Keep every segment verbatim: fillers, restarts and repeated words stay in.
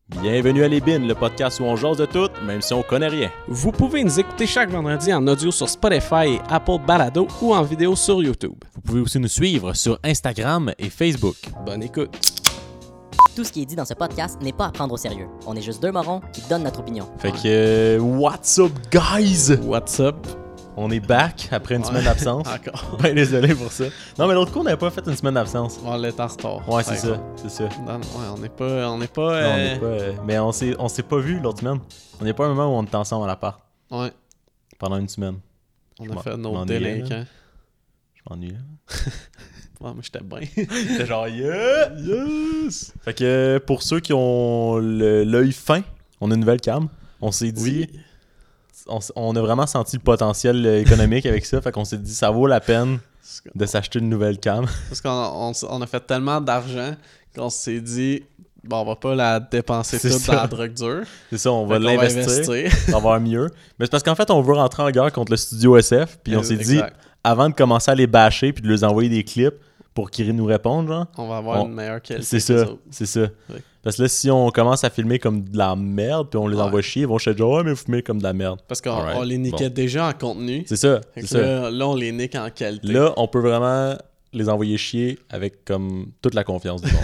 Bienvenue à Les Bines, le podcast où on jase de tout, même si on connaît rien. Vous pouvez nous écouter chaque vendredi en audio sur Spotify et Apple Balado ou en vidéo sur YouTube. Vous pouvez aussi nous suivre sur Instagram et Facebook. Bonne écoute. Tout ce qui est dit dans ce podcast n'est pas à prendre au sérieux. On est juste deux morons qui donnent notre opinion. Fait que, euh, what's up, guys? What's up? On est back après une Ouais. semaine d'absence. Encore. Ben désolé pour ça. Non, mais l'autre coup, on n'avait pas fait une semaine d'absence. On est en retard. Ouais, c'est Par ça, exemple. c'est ça. Non, ouais, on n'est pas... On n'est pas... Non, on euh, n'est pas, euh, mais on s'est, on s'est pas vu l'autre semaine. On n'est pas un moment où on était ensemble à l'appart Ouais, pendant une semaine. on Je a m'en- fait je nos m'ennuyais, délinquants. Je m'ennuie. Ouais, moi, j'étais bien. C'était genre yeah! Yes! Fait que euh, pour ceux qui ont le- l'œil fin, on a une nouvelle cam. On s'est dit... Oui. On, s- on a vraiment senti le potentiel euh, économique avec ça. Fait qu'on s'est dit ça vaut la peine de s'acheter une nouvelle cam. Parce qu'on a, on, s- on a fait tellement d'argent qu'on s'est dit... Bon, on va pas la dépenser C'est toute ça. dans la drogue dure. C'est ça, on va Fait qu'on l'investir pour avoir mieux. Mais c'est parce qu'en fait, on veut rentrer en guerre contre le studio S F. Puis on s'est dit, Exact. avant de commencer à les bâcher puis de leur envoyer des clips pour qu'ils nous répondent, genre, On va avoir On- une meilleure qualité. c'est que les ça, autres. c'est ça. Oui. Parce que là, si on commence à filmer comme de la merde puis on les Ouais. envoie chier, ils vont se dire, ouais, mais vous filmez comme de la merde. Parce qu'on Alright. on les niquait déjà en contenu. C'est ça, Fait c'est que ça. là, là, on les nique en qualité. Là, on peut vraiment les envoyer chier avec comme toute la confiance du monde.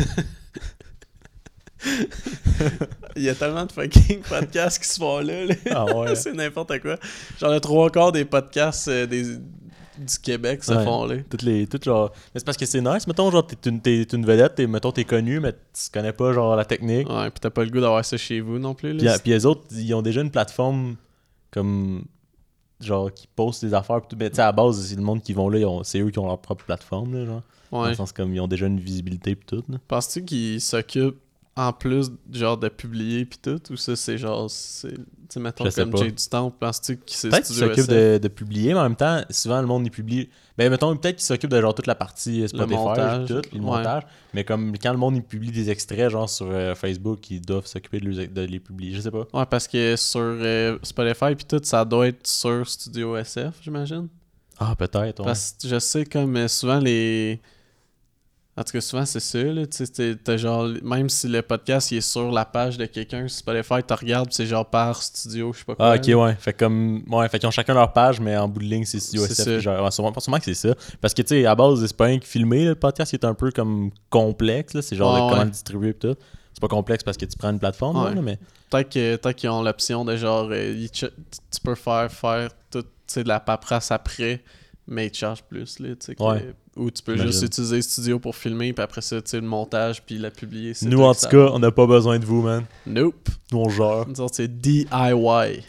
Il y a tellement de fucking podcasts qui se font là. là. Ah ouais. C'est n'importe quoi. Genre, le trois quarts des podcasts euh, des, du Québec se Ouais. font là. Toutes les, toutes genre... Mais c'est parce que c'est nice. Mettons, genre, t'es une, t'es une vedette, t'es, mettons, t'es connu, mais tu connais pas, genre, la technique. Ouais, pis t'as pas le goût d'avoir ça chez vous non plus. Puis, Là. puis les autres, ils ont déjà une plateforme comme... Genre, qui postent des affaires. pis tout. Mais tu sais, à la base, c'est le monde qui vont là, ils ont- c'est eux qui ont leur propre plateforme, là, genre. Dans Ouais. le sens comme, ils ont déjà une visibilité pis tout, là. Penses-tu qu'ils s'occupent en plus genre de publier pis tout? Ou ça, c'est genre... c'est Tu sais, mettons Je sais comme pas. Jay du Temple, penses-tu qu'il c'est Peut-être qu'ils Studio s'occupent S F? de, de publier, mais en même temps, souvent, le monde, il publie... Ben, mettons, peut-être qu'ils s'occupent de, genre, toute la partie Spotify, montage, pis tout, puis le ouais. montage. Mais comme, quand le monde, il publie des extraits, genre, sur euh, Facebook, ils doivent s'occuper de, les- de les publier. Je sais pas. Ouais, parce que sur euh, Spotify pis tout, ça doit être sur Studio S F, j'imagine. Ah, peut-être, ouais. Parce que je sais comme euh, souvent les... En tout cas, souvent c'est ça, là, tu sais, t'es- t'as genre... Même si le podcast il est sur la page de quelqu'un sur Spotify, tu regardes pis c'est genre par studio, je sais pas quoi. Ah, ok, là. ouais. Fait comme. Ouais, fait qu'ils ont chacun leur page, mais en bout de ligne, c'est Studio C'est S F ça. qui gère. Ouais, sûrement, sûrement que c'est ça. Parce que, tu sais, à base, c'est pas rien que filmer, le podcast, il est un peu comme complexe, là. C'est genre Ouais, de comment ouais. le distribuer et tout. C'est pas complexe parce que tu prends une plateforme, Ouais. là, mais. Peut-être que- peut-être qu'ils ont l'option de genre... euh, ils ch- tu peux faire, faire tout, tu sais, de la paperasse après, mais ils te chargent plus, là, tu sais. que- Ouais. Ou tu peux J'imagine. juste utiliser Studio pour filmer, puis après ça, tu sais, le montage, puis la publier. c'est Nous, toi en qui tout ça- cas, on n'a pas besoin de vous, man. Nope. Nous, on gère. Nous autres, c'est D I Y.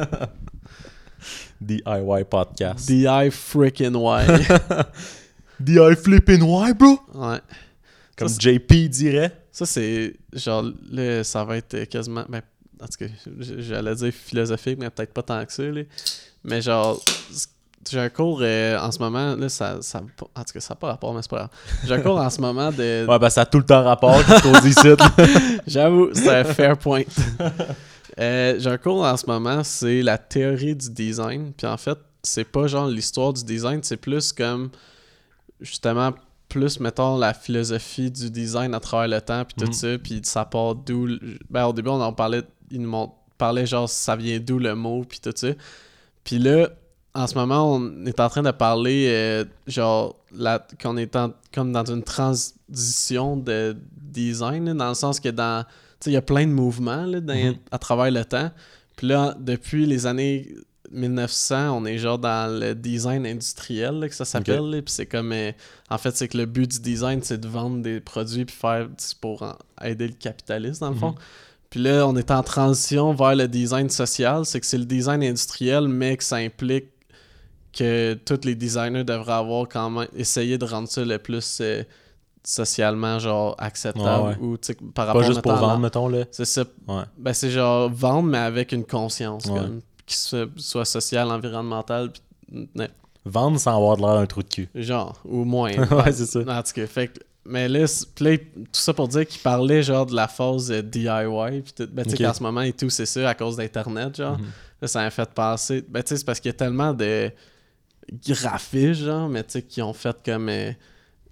D I Y podcast. D I freaking Y. D I flipping why, bro? Ouais. Comme Ça, c'est- J P dirait. Ça, c'est genre, là, ça va être quasiment. Ben, en tout cas, j- j'allais dire philosophique, mais peut-être pas tant que ça, là. Mais genre, c- j'ai un cours euh, en ce moment, là, ça, ça. En tout cas, ça n'a pas rapport, mais c'est pas grave. J'ai un cours en ce moment de. Ouais, ben ça a tout le temps rapport, ce qu'on dit ici. là. J'avoue, c'est un fair point. Euh, j'ai un cours en ce moment, c'est la théorie du design. Puis en fait, c'est pas genre l'histoire du design, c'est plus comme justement plus mettons la philosophie du design à travers le temps puis tout Mhm. ça, puis ça part d'où le- ben au début on en parlait, ils nous mont- parlaient genre ça vient d'où le mot puis tout ça. Puis là en ce moment on est en train de parler euh, genre la, qu'on est en- comme dans une transition de design là, dans le sens que dans tu sais il y a plein de mouvements là, dans- Mhm. à travers le temps. Puis là depuis les années mille neuf cents, on est genre dans le design industriel là, que ça s'appelle. Ok. là, Puis c'est comme euh, en fait c'est que le but du design c'est de vendre des produits puis faire c'est pour en- aider le capitalisme dans le fond. Mhm. Puis là on est en transition vers le design social, c'est que c'est le design industriel mais que ça implique que tous les designers devraient avoir quand même essayé de rendre ça le plus euh, socialement genre acceptable Ouais, ouais. ou tu sais par Pas rapport juste pour mettons, à la- vendre, mettons, là. c'est ça. Ouais. Ben, c'est genre vendre, mais avec une conscience, Ouais. comme, qui soit, soit sociale, environnementale, pis, ouais, Vendre sans avoir de l'air d'un trou de cul. genre, ou moins. Ouais, c'est ça. En tout cas, fait que, mais là, c'est- pis là, tout ça pour dire qu'il parlait genre de la phase euh, D I Y, pis tout, ben, tu sais Ok. qu'en ce moment et tout, c'est ça, à cause d'Internet, genre. Mhm. Là, ça m'a fait penser, ben, tu sais, c'est parce qu'il y a tellement de graphistes, genre, mais tu sais, qui ont fait comme. euh,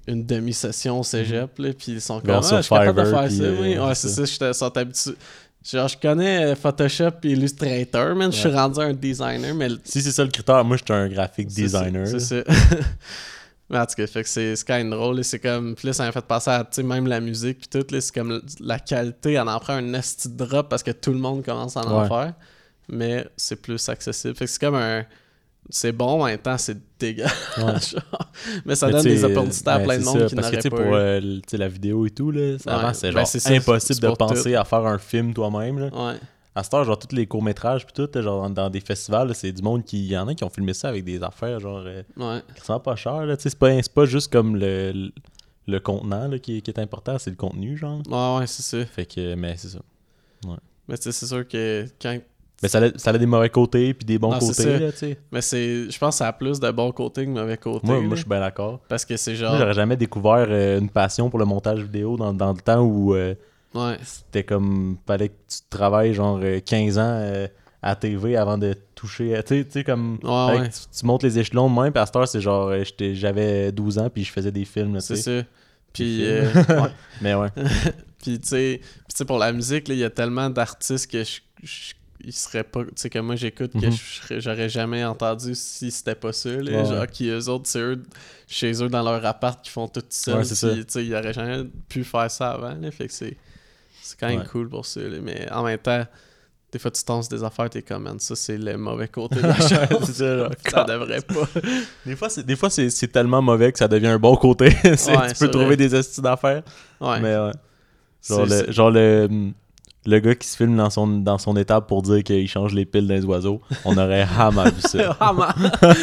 une demi-session au cégep, là, puis ils sont comme, Genre ah, sur je suis capable de Fiverr, faire puis, ça, euh, oui. Ouais, c'est ça, j'étais sont habitué. Genre, je connais euh, Photoshop et Illustrator, man, je suis Ouais. rendu un designer, mais... Si c'est ça le critère, moi, j'étais un graphic c'est designer. ça, C'est ça. Mais en tout cas, fait que c'est, c'est quand même drôle, là, c'est comme... Puis là, ça m'a fait penser à, tu sais, même la musique, puis tout, là, c'est comme la qualité, elle en prend un nasty drop parce que tout le monde commence à en Ouais. faire, mais c'est plus accessible. Fait que c'est comme un... C'est bon, en même temps, c'est dégueulasse. Ouais. genre. Mais ça Mais donne tu sais, des opportunités à ben, plein de c'est monde ça, qui parce que n'auraient tu sais, pas pour eu. euh, le- tu sais, la vidéo et tout, là, ça- Ouais. avant, c'est Ben, genre c'est ça, impossible c'est de pour penser tout. à faire un film toi-même. Là. Ouais. À cette heure, genre, tous les courts-métrages, puis tout, là, genre, dans des festivals, là, c'est du monde qui. Il y en a qui ont filmé ça avec des affaires, genre, euh, Ouais. qui sont pas chères, là. Tu sais, c'est pas, c'est pas juste comme le, le, le contenant, là, qui, est- qui est important, c'est le contenu, genre. Ouais, ouais, c'est ça. Fait que, mais c'est ça. Mais tu sais, c'est sûr que quand. Mais ça a, ça a des mauvais côtés, puis des bons Non, c'est côtés, ça. là, tu sais. Mais c'est. Je pense que ça a plus de bons côtés que de mauvais côtés. Moi, là. moi je suis bien d'accord. Parce que c'est Moi, genre. j'aurais jamais découvert euh, une passion pour le montage vidéo dans, dans le temps où euh, Ouais. c'était comme. Fallait que tu travailles genre euh, quinze ans euh, à T V avant de toucher. à- Tu sais, tu sais, comme. Ouais, fallait ouais. que tu, tu montes les échelons de même, puis à cette heure, c'est genre. euh, j'étais- J'avais douze ans, puis je faisais des films, là, tu C'est sais. ça. Puis. Des euh, films. ouais. Mais ouais. Puis tu sais, puis, tu sais, pour la musique, là, il y a tellement d'artistes que je, je- ils seraient pas, tu sais, que moi j'écoute que Mhm. je serais- j'aurais jamais entendu si c'était pas ça, là. Ouais, Genre ouais. qui eux autres, c'est eux chez eux dans leur appart qui font tout ça. Ouais, c'est ça. Tu sais, ils auraient jamais pu faire ça avant, là. Fait que c'est c'est quand même Ouais. cool pour ça, là. Mais en même temps, des fois tu tombes sur des affaires, t'es comme, man, ça c'est le mauvais côté de la chose. C'est ça, genre, ça devrait pas. Des fois, c'est, des fois c'est, c'est tellement mauvais que ça devient un bon côté. C'est- Ouais, tu c'est peux trouver vrai. des astuces d'affaires. Ouais. Mais ouais. C'est- Genre, c'est- le, genre le, le gars qui se filme dans son, dans son étable pour dire qu'il change les piles des oiseaux, on aurait rarement vu ça. Ah, man.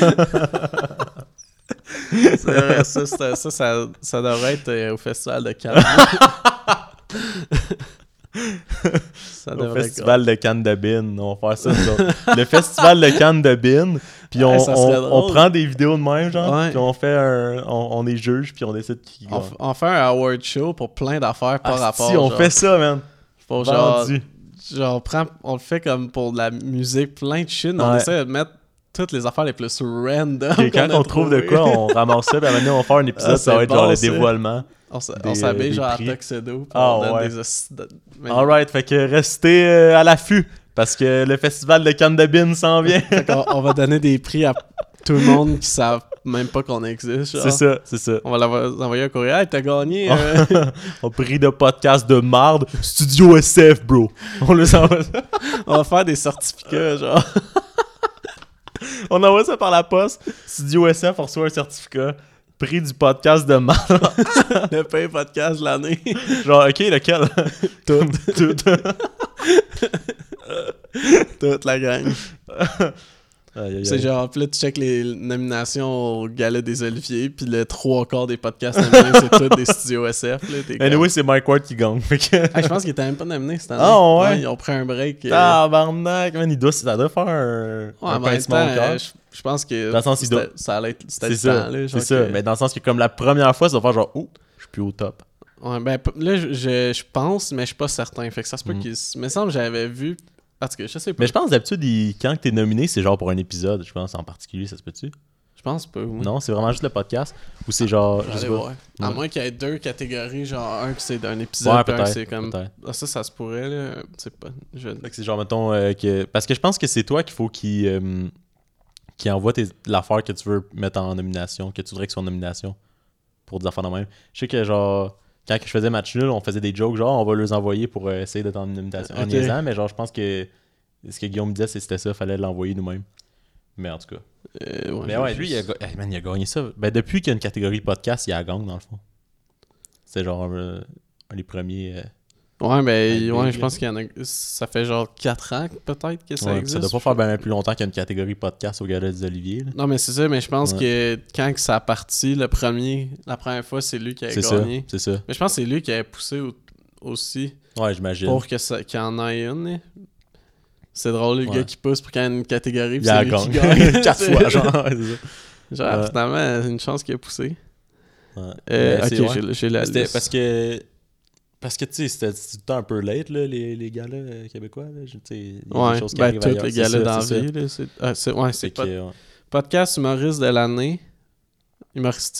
C'est vrai, ça, c'est- ça, ça, ça devrait être euh, au Festival de Cannes. ça Au devrait festival de Cannes de Bin, on va faire ça. nous autres. Le festival de Cannes de Bin, puis on, Ouais, ça serait on, drôle. on prend des vidéos de même, genre, Ouais. puis on fait un. On, on est juge, puis on décide qui on, gagne. f- on fait un award show pour plein d'affaires par Ah, rapport. si, on genre, fait ça, man. pour genre, Vendu. genre on, prend, on le fait comme pour de la musique, plein de shit, mais on Ouais. essaie de mettre toutes les affaires les plus random. Que quand qu'on a on trouve de trouvées. quoi, on ramasse ça, puis maintenant on va faire un épisode, Ah, ça va c'est être genre bon, le ça. dévoilement. On s- des, on s'habille euh, genre des à prix. tuxedo, puis Ah, on donne ouais. des hosties de- mais- Alright, fait que restez euh, à l'affût, parce que le festival de Cannes de Bin s'en vient. Fait qu'on- on va donner des prix à tout le monde qui savent même pas qu'on existe. genre. C'est ça, c'est ça. On va l'envo- envoyer un courriel. Hey, t'as gagné. euh. On prie de podcast de marde, Studio S F, bro. On les envoie ça. On va faire des certificats, genre. On envoie ça par la poste. Studio S F, on reçoit un certificat. Prix du podcast de marde. Le pire podcast de l'année. Genre, ok, lequel? Tout. Tout. Toute la gang. Aïe, aïe, C'est aïe. genre, puis là, tu check les nominations au Gala des Oliviers, puis le trois quarts des podcasts nominés, c'est tous des studios S F. Là, t'es comme- Anyway, c'est Mike Ward qui gagne. Fait que. Ah, je pense qu'il était même pas nominé cette année. Ah, ouais? Ils ont pris un break. euh, Tabarnak, man, il doit, ça doit faire un, ouais, un en même pincement temps, au cœur. euh, je je pense que Dans le sens, il c'était- doit- ça allait être c'était C'est le ça, temps, là, genre c'est ça. que- Mais dans le sens que comme la première fois, ça va faire genre, oh, je suis plus au top. Ouais, ben p- là, je, je, je pense, mais je suis pas certain. Fait que ça se peut Mhm. qu'il... s- me semble que j'avais vu... En tout cas, je sais pas. Mais je pense d'habitude, il- quand t'es nominé, c'est genre pour un épisode, je pense en particulier, ça se peut-tu? Je pense pas, oui. Non, c'est vraiment juste le podcast? Ou c'est genre. Je Je vais sais aller pas. voir. À Ouais. moins qu'il y ait deux catégories, genre un qui c'est d'un épisode, Ouais, puis un qui peut-être. c'est comme... peut-être. Ah, ça, ça se pourrait, là. C'est pas... Je... Fait que c'est genre, mettons, euh, que. Parce que je pense que c'est toi qu'il faut qu'il. euh, qui envoie tes... l'affaire que tu veux mettre en nomination, que tu voudrais que soit en nomination pour des affaires de même. Je sais que genre. Quand je faisais match nul, on faisait des jokes, genre on va les envoyer pour euh, essayer d'être en nomination. En Ok. niaisant, mais genre je pense que ce que Guillaume me disait, c'est que c'était ça, fallait l'envoyer nous-mêmes. Mais en tout cas. Euh, ouais, Mais je- ouais, je- lui, il a, ga- hey, man, il a gagné ça. Ben, depuis qu'il y a une catégorie podcast, il a gagné dans le fond. C'est genre euh, un des premiers. euh, Ouais, ben, Big, ouais, là. je pense qu'il y en a... Ça fait genre quatre ans, peut-être, que ça ouais, existe. ça doit pas faire bien plus longtemps qu'il y a une catégorie podcast au Gala des Oliviers. là. Non, mais c'est ça, mais je pense Ouais. que quand que ça a parti, le premier... La première fois, c'est lui qui a C'est ça. gagné. C'est ça. Mais je pense que c'est lui qui avait poussé au- aussi Ouais, j'imagine. pour que ça, qu'il y en ait une. là. C'est drôle, le Ouais. gars qui pousse pour qu'il y ait une catégorie, puis Il a c'est lui qui gagné. gagne. Quatre fois, genre. Ouais, c'est ça. Genre, Ouais. finalement, une chance qu'il a poussé. Ouais. Euh, Mais ok, c'est- ouais. j'ai, j'ai la C'était liste. parce que. Parce que, tu sais, c'était c'était tout le temps un peu late, là, les, les gars-là euh, québécois. Là. Je- tu sais, il y a des Ouais, choses qui ben, arrivent tous ailleurs, les c'est gars-là ça, dans c'est la ça. vie. Là, c'est, ah, c'est, ouais, c'est Fait pod- que, ouais. podcast humoriste de l'année. Humoristique.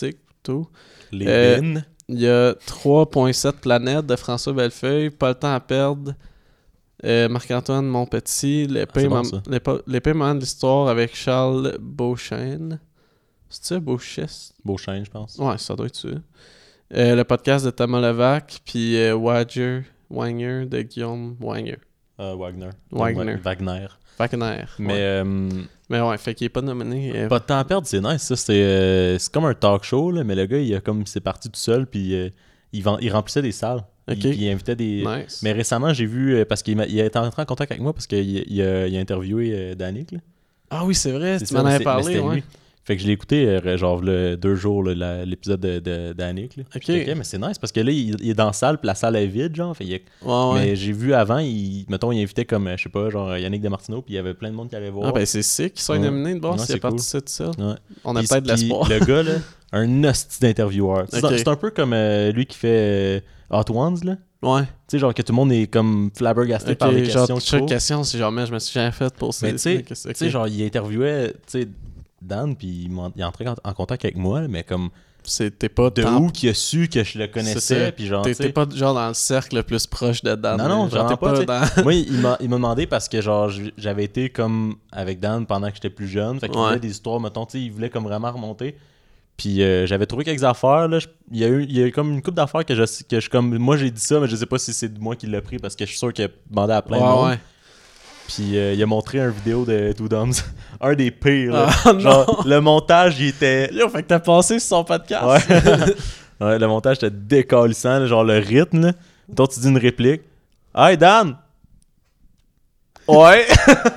tôt. Les Euh, bins. Il y a trois virgule sept planètes de François Bellefeuille, Pas le temps à perdre, euh, Marc-Antoine Monpetit, L'épée, Ah, c'est bon, mam- ça. l'épée, l'épée moment de l'histoire avec Charles Beauchesne. C'est ça, Beauchesne? Beauchesne, je pense. Ouais, ça doit être ça. Euh, le podcast de Thomas Levac, puis euh, Wager, Wanger de Guillaume Wanger. Euh, Wagner. Wagner. Wagner. Wagner. Mais ouais. euh, Mais ouais, fait qu'il est pas nominé. euh, pas de temps à perdre, c'est nice. Ça, c'est, euh, c'est comme un talk show, là, mais le gars, il a comme c'est parti tout seul, puis euh, il, vend, il remplissait des salles. Ok. Il, puis il invitait des. Nice. Mais récemment, j'ai vu, euh, parce qu'il m'a, il a été entré en contact avec moi parce qu'il il a, il a interviewé euh, Danick. Là. Ah oui, c'est vrai, C'est tu ça, m'en mais avais c'est- mais parlé, c'était ouais. lui. Fait que je l'ai écouté, euh, genre, le, deux jours, là, la- l'épisode de, de, d'Annick. Là. Ok. J'étais, ok, mais c'est nice parce que là, il, il est dans la salle, puis la salle est vide, genre. Fait, il y a- Ouais, ouais. Mais j'ai vu avant, il, mettons, il invitait comme, euh, je sais pas, genre Yannick Demartino, puis il y avait plein de monde qui allait voir. Ah ben c'est sick qu'ils soient Ouais. nominés de bord Ouais, s'il c'est a parti cool. ça tout seul. Ouais. On a Puis- peut-être de puis l'espoir. Le gars, là, un hostie d'intervieweur. C'est, Ok. un, c'est un peu comme euh, lui qui fait euh, Hot Ones, là. Ouais. Tu sais, genre que tout le monde est comme flabbergasté Ok, par les genre questions qu'il chaque faut. question, c'est genre, mais je me suis jamais fait pour ça. Mais tu sais, tu sais, genre, il interviewait, tu sais, Dan, puis il, m'en- il est entré en, en contact avec moi, mais comme, c'était pas de tant- où qu'il a su que je le C'est connaissais, ça. puis genre, tu T'étais sais, pas genre dans le cercle le plus proche de Dan. Non, non, là. genre vraiment t'es pas, tu sais. dans... moi, il m'a, il m'a demandé parce que, genre, j- j'avais été comme avec Dan pendant que j'étais plus jeune, fait qu'il Ouais. voulait des histoires, mettons, tu sais, il voulait comme vraiment remonter. Puis euh, j'avais trouvé quelques affaires, là. Je- Il y a eu, il y a eu comme une couple d'affaires que je, que je comme, moi j'ai dit ça, mais je sais pas si c'est moi qui l'ai pris parce que je suis sûr qu'il a demandé à plein de Ouais, monde. ouais. Puis euh, il a montré une vidéo de Two Dumbs, un des pires, là. Ah, Genre, le montage, il était. Yo, fait que t'as passé sur son podcast. Ouais. Ouais, le montage était décalissant, là, genre le rythme, là. Toi, tu dis une réplique. Hey Dan! Ouais!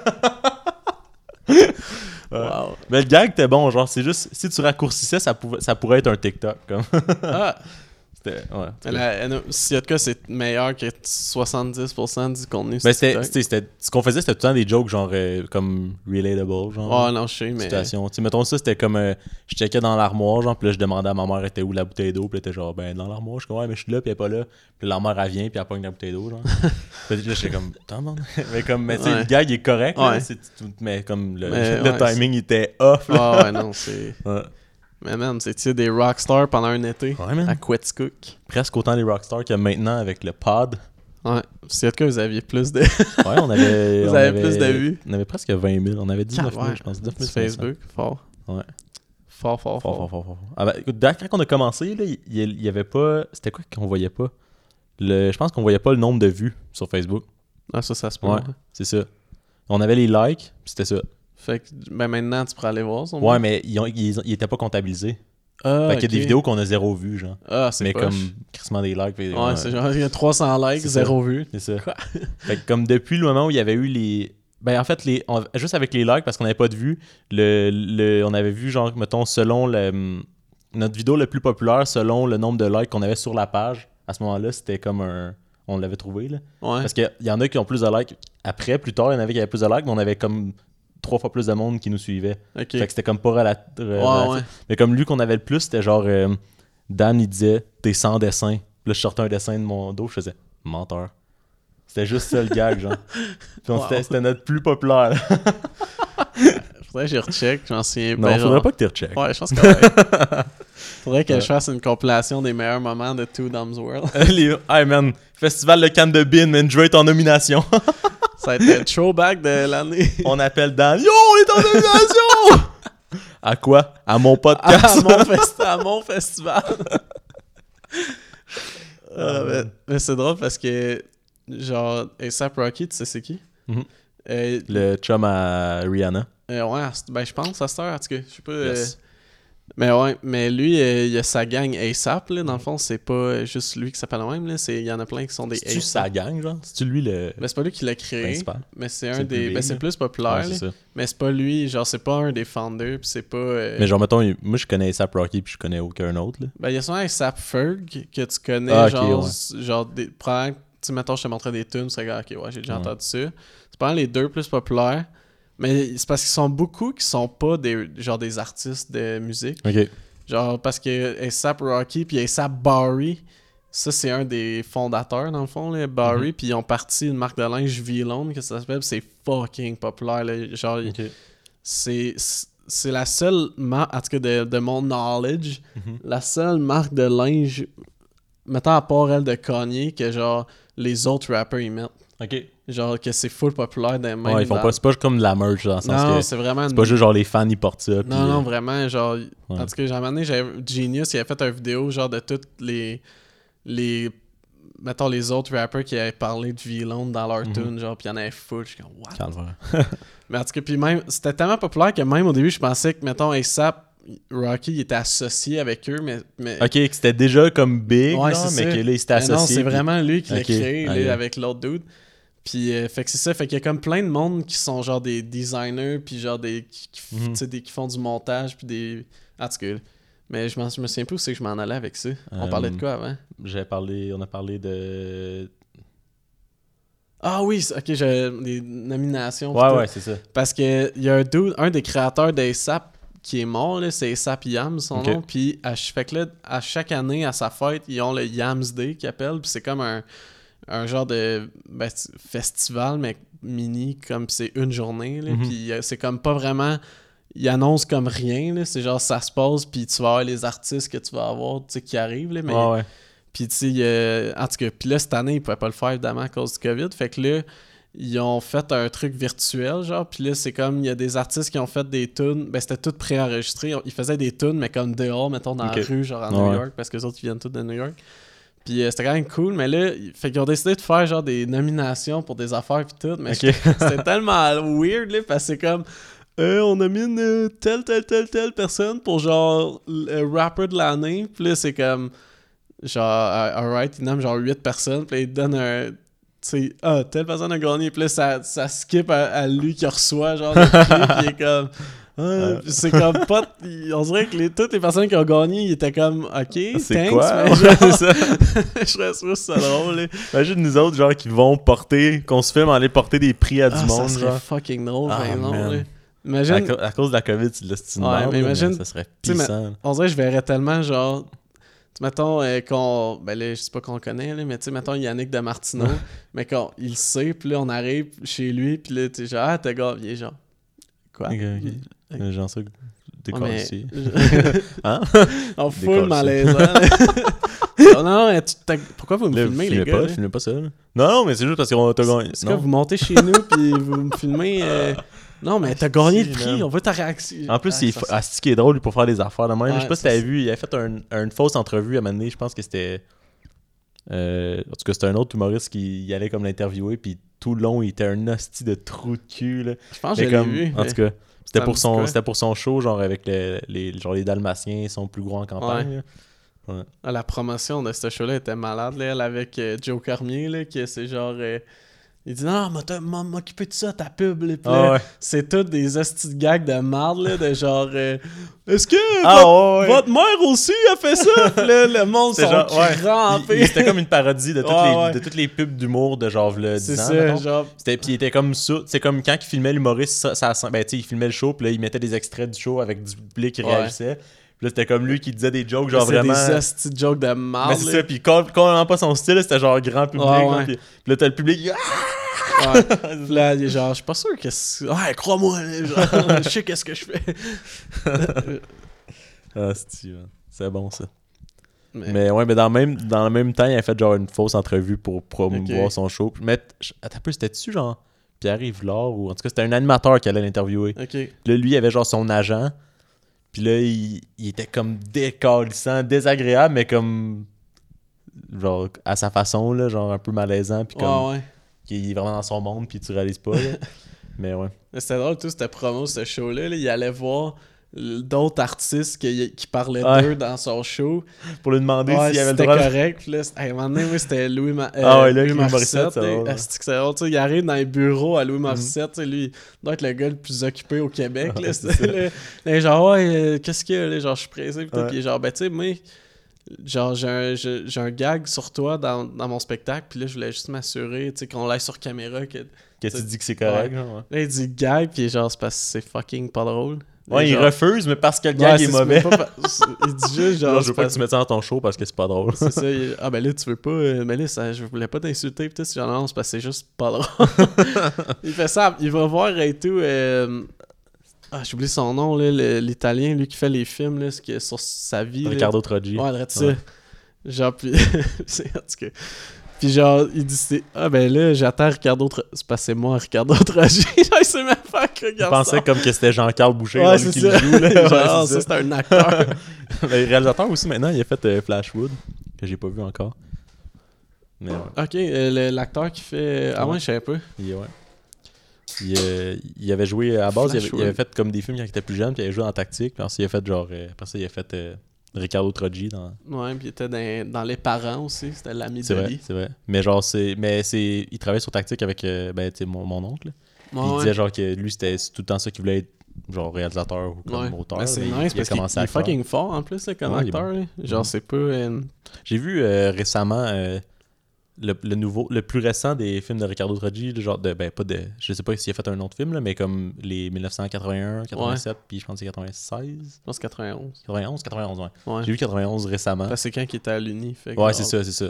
Ouais. Wow. Mais le gag était bon, genre, c'est juste, si tu raccourcissais, ça, pouvait, ça pourrait être un TikTok, comme. Ah, C'était, ouais. mais la- s'il y a de cas, c'est meilleur que soixante-dix pour cent du contenu sur Mais c'était, TikTok. c'était, c'était- ce qu'on faisait, c'était tout le temps des jokes, genre, euh, comme relatable, genre. Ouais, non, je sais, mais... Situation. Tu sais, mettons ça, c'était comme, euh, je checkais dans l'armoire, genre, puis là, je demandais à ma mère, était où la bouteille d'eau, puis elle était genre, ben, dans l'armoire, je suis comme, ouais, mais je suis là, puis elle est pas là. Puis la mère, elle vient, puis elle pogne la bouteille d'eau, genre. Puis là, j'étais comme, attends, man. Mais comme, mais tu sais, Ouais. le gag, il est correct, là, Ouais. c'est tout- mais comme, le, Mais, le ouais, timing était off, là. Ah ouais, non, c'est... Ouais. Mais man, c'est-tu des rockstars pendant un été Ouais, man. à Quetzcook? Presque autant les rockstars qu'il y a maintenant avec le pod. Ouais. S'il y a de cas, vous aviez plus de... Ouais, on avait. Vous on avez avait- plus de vues. On avait presque vingt mille. On avait dix-neuf mille, Ouais. je pense. dix-neuf mille Sur cinq cents. Facebook, fort. Ouais. Fort, fort, Fort, fort. fort, fort, fort. Ah ben, écoute, quand on a commencé, là, il y, il y avait pas. C'était quoi qu'on voyait pas le, Je pense qu'on voyait pas le nombre de vues sur Facebook. Ah, ça, ça se peut. Ouais, c'est ça. On avait les likes, puis c'était ça. Fait que ben maintenant, tu pourras aller voir. Son Ouais, mais ils, ont- ils, ils étaient pas comptabilisés. Ah, fait qu'il y a des ok. vidéos qu'on a zéro vues, genre. Ah, c'est Mais poche. comme crissement des likes. fait- Ouais, c'est genre, il y a trois cents likes, C'est ça. zéro vue. C'est ça. Quoi? Fait que comme depuis le moment où il y avait eu les. Ben en fait, les on- juste avec les likes, parce qu'on n'avait pas de vues, le, le, on avait vu, genre, mettons, selon le, hum, notre vidéo la plus populaire, selon le nombre de likes qu'on avait sur la page, à ce moment-là, c'était comme un. On l'avait trouvé, là. Ouais. Parce qu'il y en a qui ont plus de likes après, plus tard, il y en avait qui avaient plus de likes, mais on avait comme trois fois plus de monde qui nous suivait. Ok. Fait que c'était comme pas rela- Ouais, relatif. ouais. Mais comme lui qu'on avait le plus, c'était genre euh, Dan il disait t'es sans dessin. Puis là je sortais un dessin de mon dos, je faisais menteur. C'était juste ça le gag, genre. Puis on- Wow. c'était, c'était notre plus populaire. Faudrait que j'y recheck, j'en souviens Non, pas. faudrait pas que tu recheckes. Ouais, je pense que ouais. Faudrait que Ouais. je fasse une compilation des meilleurs moments de Two Dumbs World. Les- Hey man, Festival de Cannes de Bin, man, je veux être en nomination. Ça a été le throwback de l'année. On appelle Dan. Yo, on est en nomination! À quoi? À mon À, podcast. mon, festi- à mon festival. Ah, mais mais c'est drôle parce que, genre, A$AP Rocky, tu sais c'est qui? Mhm. Euh, Le chum à Rihanna. euh, ouais, à ce- ben je pense à cette heure, en tout cas, je sais pas. euh, Yes. mais ouais, mais lui, euh, il a sa gang A$AP, là, dans le fond, c'est pas juste lui qui s'appelle le même, là, c'est- il y en a plein qui sont des C'est-tu A$AP. sa gang, genre? C'est-tu lui le Ben, c'est pas lui qui l'a créé, principal? mais c'est C'est un le des. plus Ben, big, c'est là. plus populaire, Ouais, là. c'est ça. Mais c'est pas lui, genre, c'est pas un des founders, pis c'est pas. euh, Mais genre, mettons, il- moi je connais A$AP Rocky puis je connais aucun autre, là. Ben, il y a souvent A$AP Ferg que tu connais, Ah, ok, genre, ouais. s- genre, des. Probablement, tu sais, mettons, je te montrais des tunes, c'est comme, ok, ouais, j'ai déjà Ouais. entendu ça. C'est pas les deux plus populaires, mais c'est parce qu'ils sont beaucoup qui sont pas des, genre, des artistes de musique. Ok. Genre, parce que A$AP Rocky puis A$AP Barry, ça, c'est un des fondateurs, dans le fond, là, Barry, Mhm. puis ils ont parti une marque de linge V-Lone, que ça s'appelle, pis c'est fucking populaire, là. Genre, Ok. c'est c'est- c'est la seule marque, en tout cas de, de mon knowledge, Mhm. la seule marque de linge, mettons à part elle de Kanye, que genre les autres rappers ils mettent. Ok. Genre que c'est full populaire dans les mains. Ouais, ils font pas, c'est pas comme de la merch dans le sens Non, que c'est vraiment. c'est pas juste genre les fans ils portent ça. puis, Non, non, euh, vraiment, genre. Ouais. En tout cas, j'ai un moment donné, j'avais Genius, il avait fait une vidéo, genre, de toutes les. les mettons, les autres rappers qui avaient parlé de V-Lone dans leur Mhm. tune, genre, pis il y en avait full. Je suis comme, what? calvaire. Mais en tout cas, puis même, c'était tellement populaire que même au début, je pensais que, mettons, A$AP, Rocky, il était associé avec eux, mais. mais... Ok, que c'était déjà comme big, Ouais, là, c'est mais ça. que là il s'était Mais associé. non, c'est puis- vraiment lui qui l'a Ok, créé, là, ok. avec l'autre dude. Puis, euh, fait que c'est ça, fait qu'il y a comme plein de monde qui sont genre des designers, puis genre des qui, qui, Mhm. tu sais, des qui font du montage, puis des. En tout cas, mais je, m'en, je me souviens plus où c'est que je m'en allais avec ça. On Euh, parlait de quoi avant? J'avais parlé, on a parlé de. Ah oui, c'est- ok, j'ai des nominations. pis Ouais, tout. ouais, c'est ça. Parce que il y a un dude, un des créateurs d'A$AP qui est mort, là, c'est A$AP Yams, son Ok. nom. Puis à, ch- fait que là, à chaque année, à sa fête, ils ont le Yams Day qu'ils appellent. Puis c'est comme un, un genre de ben, c'est- festival, mais mini, comme c'est une journée. Là, Mhm. Puis euh, c'est comme pas vraiment. Ils annoncent comme rien. Là, c'est genre ça se passe, puis tu vas avoir les artistes que tu vas avoir tu sais, qui arrivent. Là, mais Ouais, ouais. puis, tu sais, euh, en tout cas, puis là, cette année, ils pouvaient pas le faire, évidemment, à cause du COVID. Fait que là, ils ont fait un truc virtuel, genre. Puis là, c'est comme, il y a des artistes qui ont fait des tunes. Ben, c'était tout préenregistré. Ils faisaient des tunes, mais comme dehors, mettons, dans Ok. la rue, genre en Ouais. New York, parce que les autres, ils viennent tous de New York. Puis euh, c'était quand même cool, mais là, ils- fait qu'ils ont décidé de faire, genre, des nominations pour des affaires, puis tout. Mais Ok. c'était tellement weird, là, parce que c'est comme... Euh, on nomine euh, telle, telle, telle, telle personne pour genre le rapper de l'année. Puis là, c'est comme genre, euh, alright, il nomme genre huit personnes. Puis là, il donne un. Tu sais, ah, telle personne a gagné. Puis là, ça, ça skip à, à lui qui reçoit genre le prix. Puis il est comme. Ah, puis c'est comme pas. il- On dirait que les, toutes les personnes qui ont gagné, ils étaient comme, ok, C'est thanks. quoi? Mais Ouais, genre, c'est ça. je trouvais ça ça drôle. là. Imagine nous autres, genre, qui vont porter, qu'on se filme aller porter des prix à du Ah, monde, ça serait genre. fucking drôle, Ah, ben non, man. là. À, Imagine. co- à cause de la COVID, tu l'as stylé. Ouais, mais imagine- ça serait tu sais, puissant. On dirait que je verrais tellement, genre, tu sais, mettons, euh, qu'on, ben là, je sais pas qu'on le connaît, là, mais tu sais, mettons Yannick de Martineau, mais quand il le sait, puis là, on arrive chez lui, puis là, tu sais, genre, ah, t'es gars, il est genre, quoi? Ok, ok. Ok. Euh, J'en sais que t'es Ouais, mais- ici. Hein? En Décolle, full ça. malaisant. là. non, non, mais tu- t'as- pourquoi vous me Là, filmez, les filmez gars? pas, là? filmez pas ça. là. Non, non, mais c'est juste parce qu'on t'a gagné. C'est quoi, Non. vous montez chez nous, puis vous me filmez... euh, Non, mais t'as gagné le si, prix, là. on veut ta réaction. En plus, Ah, c'est ça, fa- asti qui est drôle lui, pour faire des affaires de même. Ouais, je sais pas si ça, t'avais c'est- vu, il a fait un, une fausse entrevue à un moment donné. Je pense que c'était. Euh, en tout cas, c'était un autre humoriste qui y allait comme l'interviewer. Puis tout le long, il était un hostie de trou de cul. Là. Je pense que Mais je l'ai comme, vu. en mais- tout cas, c'était ça pour, me dit son, quoi? c'était pour son show, genre avec le- les, genre les Dalmatiens, ils sont plus gros en campagne. là. Ah, la promotion de ce show-là était malade, là, elle, avec euh, Joe Cormier, là, qui c'est genre... euh, il dit « Non, m'a t'as- m'a m'occuper de ça, ta pub. » Puis là, Ah ouais. c'est tout des hosties de gags de marde, là, de genre... euh, Est-ce que Ah votre, ouais, ouais. votre mère aussi a fait ça? Puis là, le monde C'était sont genre, ouais. crampés. Il- il- C'était comme une parodie de toutes, Ouais, les, ouais. de toutes les pubs d'humour de genre le C'est dix ans. ça, mettons. genre... C'était, puis il était comme ça. C'est comme quand il filmait l'humoriste, ça, ça, ben, tu sais, il filmait le show, puis là, il mettait des extraits du show avec du public qui Ouais. réagissait. Puis là, c'était comme lui qui disait des jokes, genre C'est vraiment. des hosties de jokes de marde, Mais c'est là. ça, puis quand, quand on pas son style, c'était genre grand public. Ouais, genre, ouais. puis, puis là, t'as le public. qui- Ouais. Puis là, il est genre, je suis pas sûr que c'est... Ouais, crois-moi, là, genre, je sais qu'est-ce que je fais. Ah, c'est c'est bon ça. Mais, Mais ouais, mais dans le même, dans le même temps, il a fait genre une fausse entrevue pour promouvoir Ok. son show. Mais t- attends un peu, c'était-tu genre Pierre-Yves Lard ou en tout cas, c'était un animateur qui allait l'interviewer. OK. Puis là, lui, il avait genre son agent. Puis là, il, il était comme décalissant, désagréable, mais comme. Genre, à sa façon, là, genre un peu malaisant. Puis comme. Ouais, ouais. Qu'il est vraiment dans son monde, puis tu réalises pas, là. Mais ouais. Mais c'était drôle, tout, cette promo, ce show-là. Là, il allait voir l- d'autres artistes qui, qui parlaient Ouais. d'eux dans son show. Pour lui demander Ouais, s'il avait le c'était droit. de- correct. Puis là, c'était- hey, à un moment donné, moi, c'était Louis, Ma- euh, Ah ouais, là, Louis Louis Morissette. Morissette, c'est là. drôle, ouais. Asti que c'est drôle, tu sais, il arrive dans les bureaux à Louis Mhm. Morissette. tu sais, Lui, il doit être le gars le plus occupé au Québec. Là, Ouais, c'est c'est ça. là, là, genre, ouais, euh, qu'est-ce qu'il y a? Là, genre, je suis pressé. Puis tout. Ouais. Puis genre, ben, tu sais, moi, genre, j'ai un, j'ai, j'ai un gag sur toi dans, dans mon spectacle. Puis là, je voulais juste m'assurer, tu sais, qu'on l'aille sur caméra. Que... Que tu dis que c'est correct, genre. Ouais, Là, il dit gag. Puis genre, c'est parce que c'est fucking pas drôle. Là, Ouais, il genre- refuse, mais parce que le Ouais, gag c'est- est c'est mauvais. même pas pa- c'est- il dit juste genre. Genre, je c'est veux pas pas- que tu mettes ça dans ton show parce que c'est pas drôle. C'est ça. il- Ah ben là, tu veux pas. euh, mais là, ça, je voulais pas t'insulter. Peut-être genre non, c'est parce que c'est juste pas drôle. Il fait ça. Il va voir et tout. euh, Ah, j'oublie son nom, là, le- l'italien, lui qui fait les films, là, ce qui est sur sa vie. là. Riccardo Troggi. Ouais, arrête ça. Ouais. Genre, puis. c'est en tout cas. Puis genre, il dit c'est... Ah ben là, j'attends Ricardo Tra... C'est pas c'est moi, Ricardo Troggi. Genre, il sait même pas que Je regarde pensais ça. comme que c'était Jean-Carl Boucher Ouais, là, c'est qui ça. le joue. Là. Genre, Ouais, ça, c'est c'est un acteur. Mais le réalisateur aussi, maintenant, il a fait euh, Flashwood, que j'ai pas vu encore. Mais ouais. Ok, euh, le- l'acteur qui fait... Ah ouais, Ouais. je savais pas. Il, ouais. Il, euh, il avait joué à la base, il avait, il Flashwood. avait fait comme des films quand il était plus jeune, puis il avait joué en tactique. Puis ensuite, il a fait genre. euh, après ça, il a fait euh, Riccardo Troggi dans. Ouais, puis il était dans, dans Les Parents aussi. C'était l'ami C'est de vrai, Lee. c'est vrai. Mais genre, c'est. Mais c'est. Il travaillait sur tactique avec euh, ben, tu sais, mon, mon oncle. Puis Ouais, il ouais. disait genre que lui, c'était tout le temps ça qu'il voulait être, genre réalisateur ou comme Ouais. auteur. Ben, c'est mais il- nice il a parce qu'il commencé il à est le faire. fucking fort en plus là, comme Ouais, il est acteur. là. Genre, Mhm. c'est pas... euh, J'ai vu euh, récemment euh, le, le nouveau, le plus récent des films de Riccardo Troggi, le genre de, ben pas de, je sais pas s'il a fait un autre film là, mais comme les dix-neuf cent quatre-vingt-un, quatre-vingt-sept, puis je pense que c'est quatre-vingt-seize, Je pense quatre-vingt-onze. quatre-vingt-onze, quatre-vingt-onze, ouais. Ouais. J'ai vu quatre-vingt-onze récemment. Parce que c'est quand qu'il était à l'Uni. fait que Ouais, genre- c'est ça, c'est ça.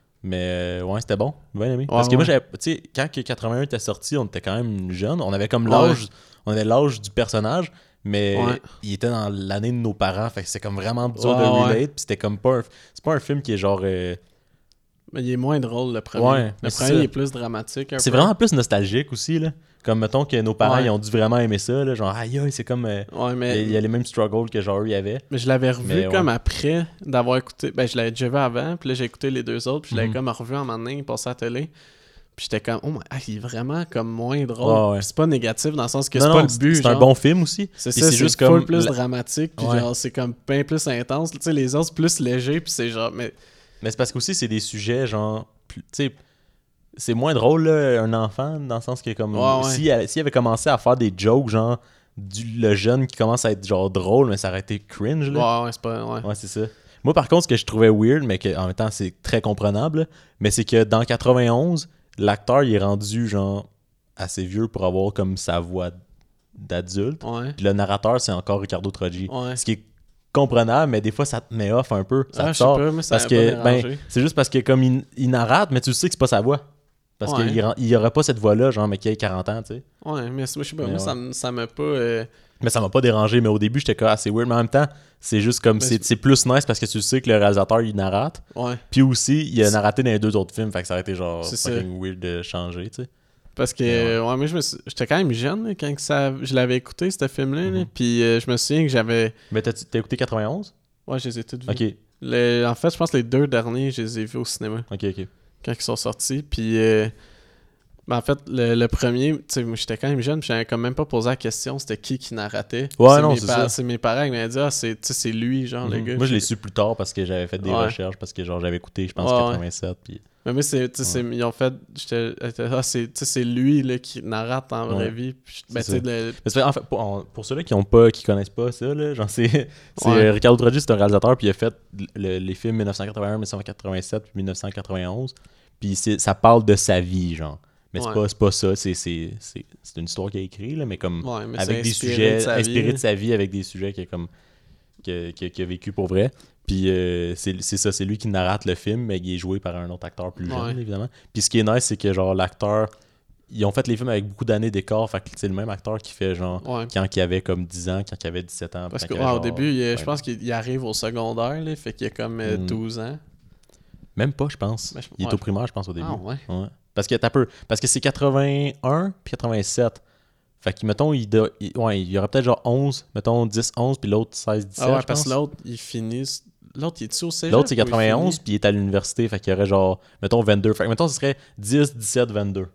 Mais euh, ouais, c'était bon, bien aimé. Ouais, Parce que ouais. moi, j'avais, tu sais, quand que quatre-vingt-un était sorti, on était quand même jeunes, on avait comme Ouais. l'âge, on avait l'âge du personnage. Mais Ouais. il était dans l'année de nos parents, fait que c'est comme vraiment dur Ouais, de ouais. relate. Puis c'était comme pas un, c'est pas un film qui est genre euh, Mais il est moins drôle le premier. Ouais, le mais c'est premier ça. il est plus dramatique. un c'est peu. vraiment plus nostalgique aussi, là. Comme, mettons que nos parents, Ouais. ils ont dû vraiment aimer ça, là. Genre, aïe, aïe, c'est comme... euh, Ouais, il mais, y a- il y a les mêmes struggles que genre, eux, il y avait. mais je l'avais revu Mais comme ouais. après d'avoir écouté. Ben, je l'avais déjà vu avant, puis là, j'ai écouté les deux autres, puis je l'avais Mhm. comme revu en moment donné, il passait à la télé. Puis j'étais comme, oh my, ah, il est vraiment comme moins drôle. Ouais, ouais. Puis c'est pas négatif dans le sens que Non, c'est non, pas le c'est- but. C'est un genre. bon film aussi. C'est Puis ça, c'est c'est juste full comme plus la- dramatique, puis Ouais. genre, c'est comme bien plus intense. Tu sais, les autres, c'est plus léger, puis c'est genre, mais Mais c'est parce qu'aussi, c'est des sujets, genre... plus- Tu sais, c'est moins drôle, là, un enfant, dans le sens que, comme... Ouais, ouais. S'il avait- s'il avait commencé à faire des jokes, genre, du, le jeune qui commence à être, genre, drôle, mais ça aurait été cringe, là. ouais, ouais, c'est pas. Ouais. Ouais, c'est ça. Moi, par contre, ce que je trouvais weird, mais que, en même temps, c'est très comprenable, là, mais c'est que dans quatre-vingt-onze, l'acteur, il est rendu, genre, assez vieux pour avoir comme sa voix d'adulte. Ouais. Puis le narrateur, c'est encore Riccardo Troggi. Ouais. Ce qui est comprenable, mais des fois, ça te met off un peu. Ça Ah, te je sais sort. pas, mais ça Parce m'a que, pas ben, dérangé. c'est juste parce que comme il, il narrate, mais tu sais que c'est pas sa voix. Parce Ouais. qu'il ren- il y aurait pas cette voix-là, genre, mais qui a quarante ans, tu sais. Ouais, mais c'est- moi, je sais pas, Mais moi, ouais. ça m- ça m'a pas. euh, Mais ça m'a pas dérangé, mais au début, j'étais comme assez weird. Mais en même temps, c'est juste comme, Mais c'est c'est- c'est plus nice parce que tu sais que le réalisateur, il narrate. Ouais. Puis aussi, il a C'est- narraté dans les deux autres films, fait que ça aurait été genre C'est ça. fucking weird de changer, tu sais. Parce que, Mais ouais, mais je me suis- j'étais quand même jeune là, quand que ça, je l'avais écouté, ce film-là. là, Mhm. Puis euh, je me souviens que j'avais. Mais t'as t'as écouté quatre-vingt-onze? Ouais, je les ai toutes vues. Ok, Le- En fait, je pense que les deux derniers, je les ai vus au cinéma ok, ok. quand ils sont sortis. Puis, euh, ben, en fait, le, le premier, tu sais, moi j'étais quand même jeune, puis j'avais quand même pas posé la question c'était qui qui narratait. Ouais, C'est non, mes c'est pa- ça. C'est mes parents qui m'avaient dit, ah, c'est, tu sais, c'est lui, genre, le Mhm. gars. Moi, je l'ai su plus tard parce que j'avais fait des Ouais. recherches, parce que genre j'avais écouté, je pense, Ouais, ouais. quatre-vingt-sept. Puis... Mais moi, c'est, tu sais, c'est- ils ont fait, j'étais, ah, c'est, tu sais, c'est lui là, qui narrate en vraie Ouais. vie. Puis, ben, C'est tu sais, le- Mais c'est- en fait, pour, en- pour ceux-là qui ont pas, qui connaissent pas ça, là, genre c'est, c'est Ouais. euh, Riccardo Troggi, c'est un réalisateur, puis il a fait le- les films dix-neuf cent quatre-vingt-un, dix-neuf cent quatre-vingt-sept, puis dix-neuf cent quatre-vingt-onze. Puis c'est- ça parle de sa vie, genre. Mais c'est Ouais. pas, c'est pas ça, c'est, c'est, c'est, c'est une histoire qu'il a écrite, là, mais comme ouais, mais avec c'est des inspiré sujets de sa vie, inspirés là. de sa vie, avec des sujets qu'il a, comme, qu'il a- qu'il a- qu'il a vécu pour vrai. Puis euh, c'est, c'est ça, c'est lui qui narrate le film, mais il est joué par un autre acteur plus jeune, Ouais. évidemment. Puis ce qui est nice, c'est que genre l'acteur, ils ont fait les films avec beaucoup d'années d'écart, fait que c'est le même acteur qui fait genre Ouais. quand il avait comme dix ans, quand il avait dix-sept ans. Parce quand qu'au il avait, genre, début, il- je ouais. pense qu'il il arrive au secondaire, là, fait qu'il a comme euh, Mm. douze ans. Même pas, je pense. Ben, je- Il est ouais, au primaire, je pense, au début. Ah ouais. Ouais. Parce que t'as peu. Parce que c'est quatre-vingt-un puis quatre-vingt-sept. Fait que, mettons, il, doit- il- ouais, il y aurait peut-être genre onze, mettons dix, onze, puis l'autre seize, dix-sept. Ah ouais, je parce pense. que l'autre, il finit. L'autre, il est-tu au cégep? L'autre, c'est ou il quatre-vingt-onze, finit? puis il est à l'université. Fait qu'il y aurait genre, mettons, vingt-deux. Fait que, mettons, ce serait dix, dix-sept, vingt-deux.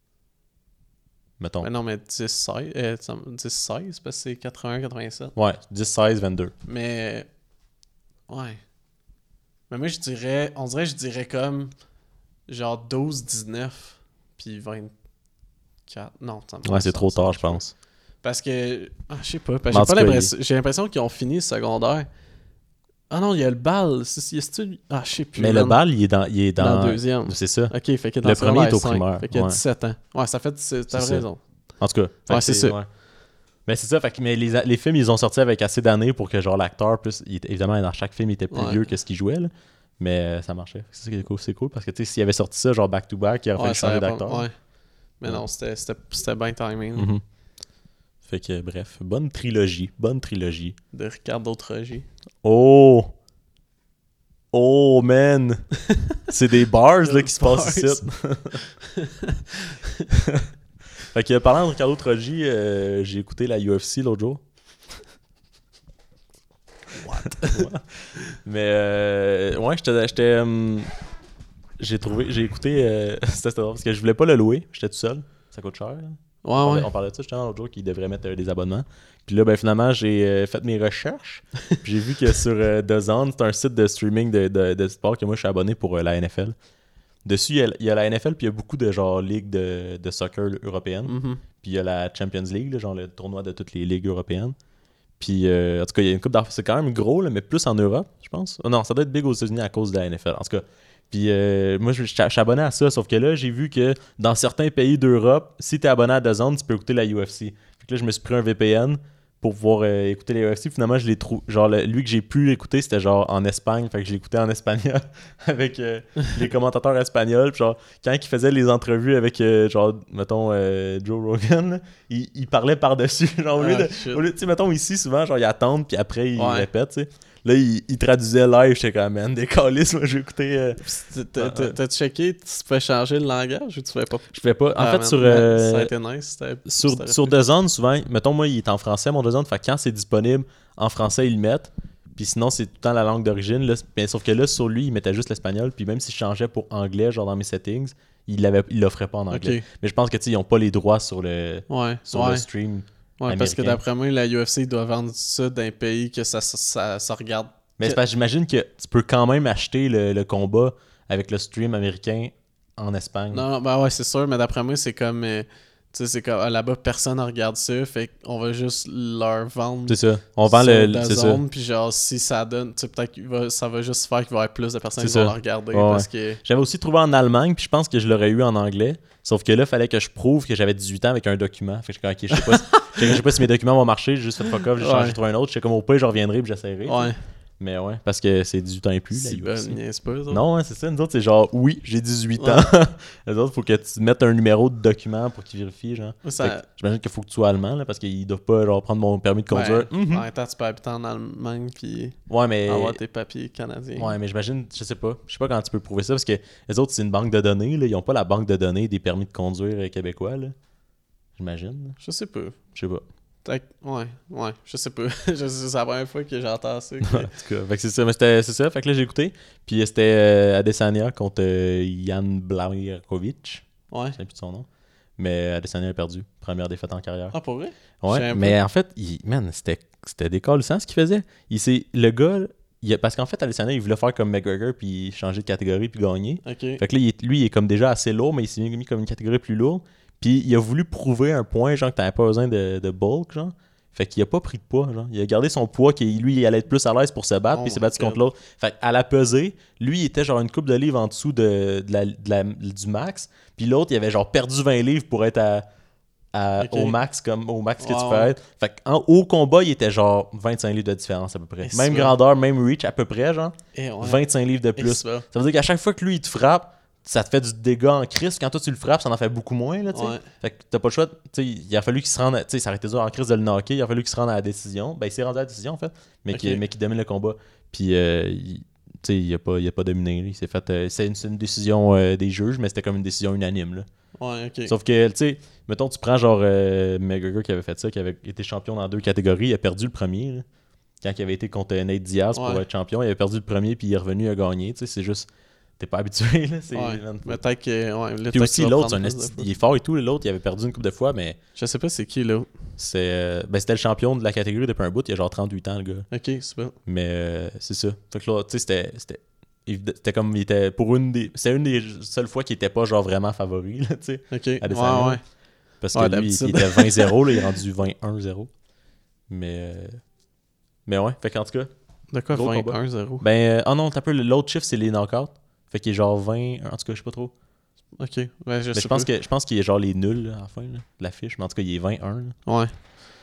Mettons. Mais non, mais dix seize, euh, dix seize, parce que c'est quatre-vingt-un quatre-vingt-sept. Ouais, dix, seize, vingt-deux. Mais. Ouais. Mais moi, je dirais. On dirait, je dirais comme. Genre douze dix-neuf. Puis vingt-quatre. Non, ça me Ouais, c'est ça- trop ça tard, marche je pas. pense. Parce que. Ah, je sais pas. Parce Mais que en j'ai pas tout cas, l'impression. J'ai l'impression qu'ils ont fini le secondaire. Ah non, il y a le bal. C'est, c'est, c'est-tu- Ah, je sais plus. Mais le man. bal, il est dans. Il est Dans dans... le deuxième. C'est ça. Ok, fait que dans Le le premier est au cinq, primaire, Fait qu'il y a ouais. dix-sept ans. Ouais, ça fait. c'est- T'as C'est ça. raison. En tout cas. fait Ouais, que c'est ça. ouais. Mais c'est ça, fait que, mais les, les films, ils ont sorti avec assez d'années pour que genre l'acteur puisse. il était- évidemment, dans chaque film, il était plus Ouais. vieux que ce qu'il jouait, là. Mais euh, ça marchait. C'est ça qui est cool, c'est cool parce que tu sais, s'il avait sorti ça genre back-to-back, il aurait fallu Ouais, ça changer aurait pas- d'acteur. Ouais. Mais Ouais. non, c'était, c'était, c'était bien timing. Mhm. Fait que, bref, bonne trilogie. Bonne trilogie. De Ricardo Trogi. Oh! Oh, man! C'est des bars là, qui se passent ici. Fait que, parlant de Ricardo Trogi, euh, j'ai écouté la U F C l'autre jour. What? Mais, euh, ouais, j'étais... j'étais um, j'ai trouvé... J'ai écouté... Euh, c'était drôle parce que je voulais pas le louer. J'étais tout seul. Ça coûte cher. Là. Ouais, on, parlait, ouais. on parlait de ça justement l'autre jour qu'ils devraient mettre euh, des abonnements. Puis là, ben finalement, j'ai euh, fait mes recherches. Puis j'ai vu que sur euh, D A Z N, c'est un site de streaming de, de, de sport que moi, je suis abonné pour euh, la N F L. Dessus, il y, a, il y a la N F L, puis il y a beaucoup de genre ligues de, de soccer européennes. Mm-hmm. Puis il y a la Champions League, là, genre le tournoi de toutes les ligues européennes. Puis euh, en tout cas, il y a une coupe d'affaires. C'est quand même gros, là, mais plus en Europe, je pense. Oh, non, ça doit être big aux États-Unis à cause de la N F L. En tout cas, puis euh, moi, je, je suis abonné à ça, sauf que là, j'ai vu que dans certains pays d'Europe, si tu es abonné à D A Z N, tu peux écouter la U F C. Fait que là, je me suis pris un V P N pour pouvoir euh, écouter les U F C. Finalement, je l'ai trouvé. Genre, le, lui que j'ai pu écouter, c'était genre en Espagne. Fait que je l'ai écouté en espagnol avec euh, les commentateurs espagnols. Puis genre, quand il faisait les entrevues avec, euh, genre, mettons, euh, Joe Rogan, là, il, il parlait par-dessus. Genre, au lieu Ah, de. shit. Au lieu, tu sais, mettons, ici, souvent, genre, ils attendent, puis après, ils Ouais. répètent, tu sais. Là, il, il traduisait live. J'étais comme, man, des calices, moi, j'ai écouté. Euh, Puis t'as- t'as- T'as checké, tu pouvais changer le langage ou tu pouvais pas? je fais pas. En Ah, fait, man, sur. man, euh, ça a été nice. c'était- Sur, c'était sur resté. D A Z N, souvent, mettons, moi, il est en français, mon D A Z N, fait que quand c'est disponible en français, ils le mettent. Puis sinon, c'est tout le temps la langue d'origine. Là. Mais sauf que là, sur lui, il mettait juste l'espagnol. Puis même si je changeais pour anglais, genre dans mes settings, il l'avait, il l'offrait pas en anglais. Ok. Mais je pense que, tu sais, ils ont pas les droits sur le, Ouais, sur ouais. le stream. Ouais, parce que américain. d'après moi, la U F C doit vendre ça d'un pays que ça, ça, ça, ça regarde. Mais que- c'est parce que j'imagine que tu peux quand même acheter le, le combat avec le stream américain en Espagne. Non, ben ouais, c'est sûr, mais d'après moi, c'est comme. euh, tu sais, c'est comme. ah, là-bas, personne ne regarde ça, fait qu'on va juste leur vendre. C'est ça. On vend sur le. D A Z N, C'est ça. puis genre, si ça donne. Tu sais, peut-être que ça va juste faire qu'il va y avoir plus de personnes C'est qui vont ça. le regarder. Ouais, parce que. J'avais aussi trouvé en Allemagne, puis je pense que je l'aurais eu en anglais. Sauf que là, il fallait que je prouve que j'avais dix-huit ans avec un document. Fait que je suis comme, ok, je sais pas, si, je sais pas si mes documents vont marcher, j'ai juste fait fuck off, j'ai changé, Ouais. j'ai trouvé un autre. Je sais comme au pire, je reviendrai puis j'essaierai. Ouais. Mais ouais, parce que c'est dix-huit ans et plus. Si la ben, U F C. niaise pas, eux autres. Non, ouais, c'est ça. Nous autres, c'est genre, oui, j'ai dix-huit Ouais. ans. Les autres, il faut que tu mettes un numéro de document pour qu'ils vérifient, genre. Ça- Fait que j'imagine qu'il faut que tu sois allemand, là, parce qu'ils doivent pas genre, prendre mon permis de conduire. Ouais. Mhm. En même temps, tu peux habiter en Allemagne, puis Ouais, mais. avoir tes papiers canadiens. Ouais, mais j'imagine, je sais pas. Je sais pas comment tu peux prouver ça, parce que les autres, c'est une banque de données, là. Ils ont pas la banque de données des permis de conduire euh, québécois, là. J'imagine. Je sais pas. Je sais pas. Peut-être- Ouais, ouais, je sais pas. Je sais- c'est la première fois que j'entends ça. que- En tout cas, fait que c'est ça. Mais c'était, c'est ça. Fait que là, j'ai écouté. Puis c'était euh, Adesanya contre euh, Jan Blachowicz. Ouais. Je sais plus de son nom. Mais Adesanya a perdu. Première défaite en carrière. Ah, pour vrai? Je Ouais, savais mais en fait, il, man, c'était, c'était décalissant ce qu'il faisait. Il s'est, le gars, il a- parce qu'en fait, Adesanya, il voulait faire comme McGregor, puis changer de catégorie, puis gagner. Ok. Fait que là, il est- lui, il est comme déjà assez lourd, mais il s'est mis comme une catégorie plus lourde. Puis il a voulu prouver un point, genre, que t'avais pas besoin de, de bulk, genre. Fait qu'il a pas pris de poids, genre. Il a gardé son poids, qui lui, il allait être plus à l'aise pour se battre, Oh puis il s'est my battu God. contre l'autre. Fait qu'à la pesée, lui, il était genre une coupe de livres en dessous de, de la, de la- du max. Puis l'autre, il avait genre perdu vingt livres pour être à, à- Ok. au max, comme au max que Ouais, tu ouais. peux être. Fait qu'en haut combat, il était genre vingt-cinq livres de différence à peu près. Et Même c'est grandeur, même reach à peu près, genre. Eh, ouais. vingt-cinq livres de Et plus. c'est bon. Ça veut dire qu'à chaque fois que lui, il te frappe, ça te fait du dégât en crise. Quand toi, tu le frappes, ça en fait beaucoup moins, là, tu sais. Ouais. Fait que t'as pas le choix. Tu sais, il a fallu qu'il se rende. à- Tu sais, ça aurait été dur en crise de le knocker. Il a fallu qu'il se rende à la décision. Ben, il s'est rendu à la décision, en fait. Mais Ok. qu'il mais qu'il domine le combat. Puis, euh, il, tu sais, il a pas, il a pas dominé. Là. Il s'est fait. euh, c'est, une, c'est une décision euh, des juges, mais c'était comme une décision unanime, là. Ouais, ok. Sauf que, tu sais, mettons, tu prends genre euh, McGregor qui avait fait ça, qui avait été champion dans deux catégories. Il a perdu le premier, là. Quand il avait été contre Nate Diaz pour Ouais. être champion, il avait perdu le premier, puis il est revenu à gagner. Tu sais, c'est juste. T'es pas habitué, là. C'est, Ouais. man, Mais peut-être que. Ouais, là, puis peut-être aussi, qu'il va l'autre, c'est prendre un plus de esti- fois. il est fort et tout. L'autre, il avait perdu une couple de fois, mais Je sais pas c'est qui, là. c'est, euh, ben, c'était le champion de la catégorie depuis un bout. Il a genre trente-huit ans, le gars. Ok, c'est bon. Mais euh, c'est ça. Fait que là, tu sais, c'était, c'était, évid- c'était comme, il était pour une des, c'était une des seules fois qu'il était pas genre vraiment favori, là, tu sais. Ok. Ouais, Adesanya. ouais. Parce que Ouais, lui, il, d'habitude. il était vingt zéro, là, il est rendu vingt un zéro. Mais, euh, mais ouais, fait qu'en tout cas, De quoi Gros vingt combat. un zéro? ben, euh, oh non, t'as peu, l'autre chiffre, c'est les knockouts. Fait qu'il est genre vingt, en tout cas, je sais pas trop. Ok. Ouais, je Mais sais je pense, pas. que, je pense qu'il est genre les nuls, là, à la fin, là, de l'affiche. Mais en tout cas, il est vingt un, là. Ouais.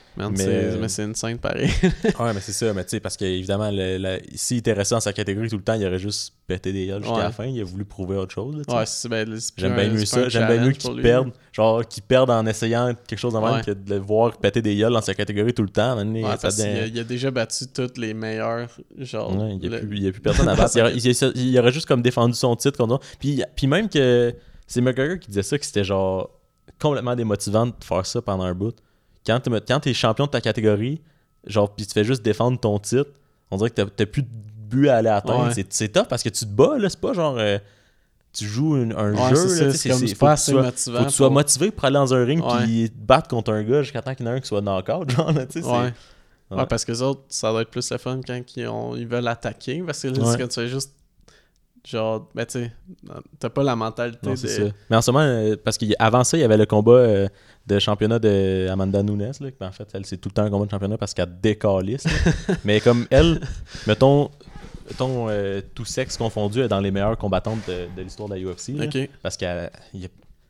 Man, Mais, c'est, euh, mais c'est une scène pareil. Ouais, mais c'est ça, mais tu sais, parce qu'évidemment, s'il était resté dans sa catégorie tout le temps, il aurait juste pété des gueules jusqu'à Ouais. la fin. Il a voulu prouver autre chose. Là, tu sais. Ouais, c'est, ben, c'est J'aime pas bien un- mieux c'est pas ça. un J'aime bien mieux challenge qu'il pour lui. perde. Genre, qu'il perde en essayant quelque chose de même Ouais. que de le voir péter des gueules dans sa catégorie tout le temps. Maintenant, Ouais, ça parce qu'il devient- a, il a déjà battu tous les meilleurs. Genre, Ouais, il n'y a, le- plus- il y a plus personne à battre. Il aurait, il, il- il aurait juste comme défendu son titre. Contre... Puis, puis même que c'est McGregor qui disait ça, que c'était genre complètement démotivant de faire ça pendant un bout. Quand t'es, quand t'es champion de ta catégorie, genre, puis tu fais juste défendre ton titre, on dirait que t'as, t'as plus de but à aller atteindre. Ouais. C'est, c'est tough parce que tu te bats, là. C'est pas genre. euh, tu joues une- un Ouais, jeu, c'est ça, là. c'est C'est, comme c'est, c'est faut pas que assez tu sois, motivant. faut que tu sois pour- motivé pour aller dans un ring Ouais. puis te battre contre un gars jusqu'à temps qu'il y en a un qui soit knock-out. Genre, là, tu sais. Ouais. c'est- Ouais, parce que les autres, ça doit être plus le fun quand ils, ont- ils veulent attaquer. Parce que là, Ouais. c'est quand tu fais juste. Genre, ben tu sais, t'as pas la mentalité Non, de. c'est ça. Mais en ce moment, euh, parce qu'avant ça, il y avait le combat euh, de championnat de Amanda Nunes. Là, que, en fait, elle, c'est tout le temps un combat de championnat parce qu'elle décalisse. là. Mais comme elle, mettons, mettons euh, tout sexe confondu, elle est dans les meilleures combattantes de, de l'histoire de la U F C. là. Ok. Parce qu'il y a, il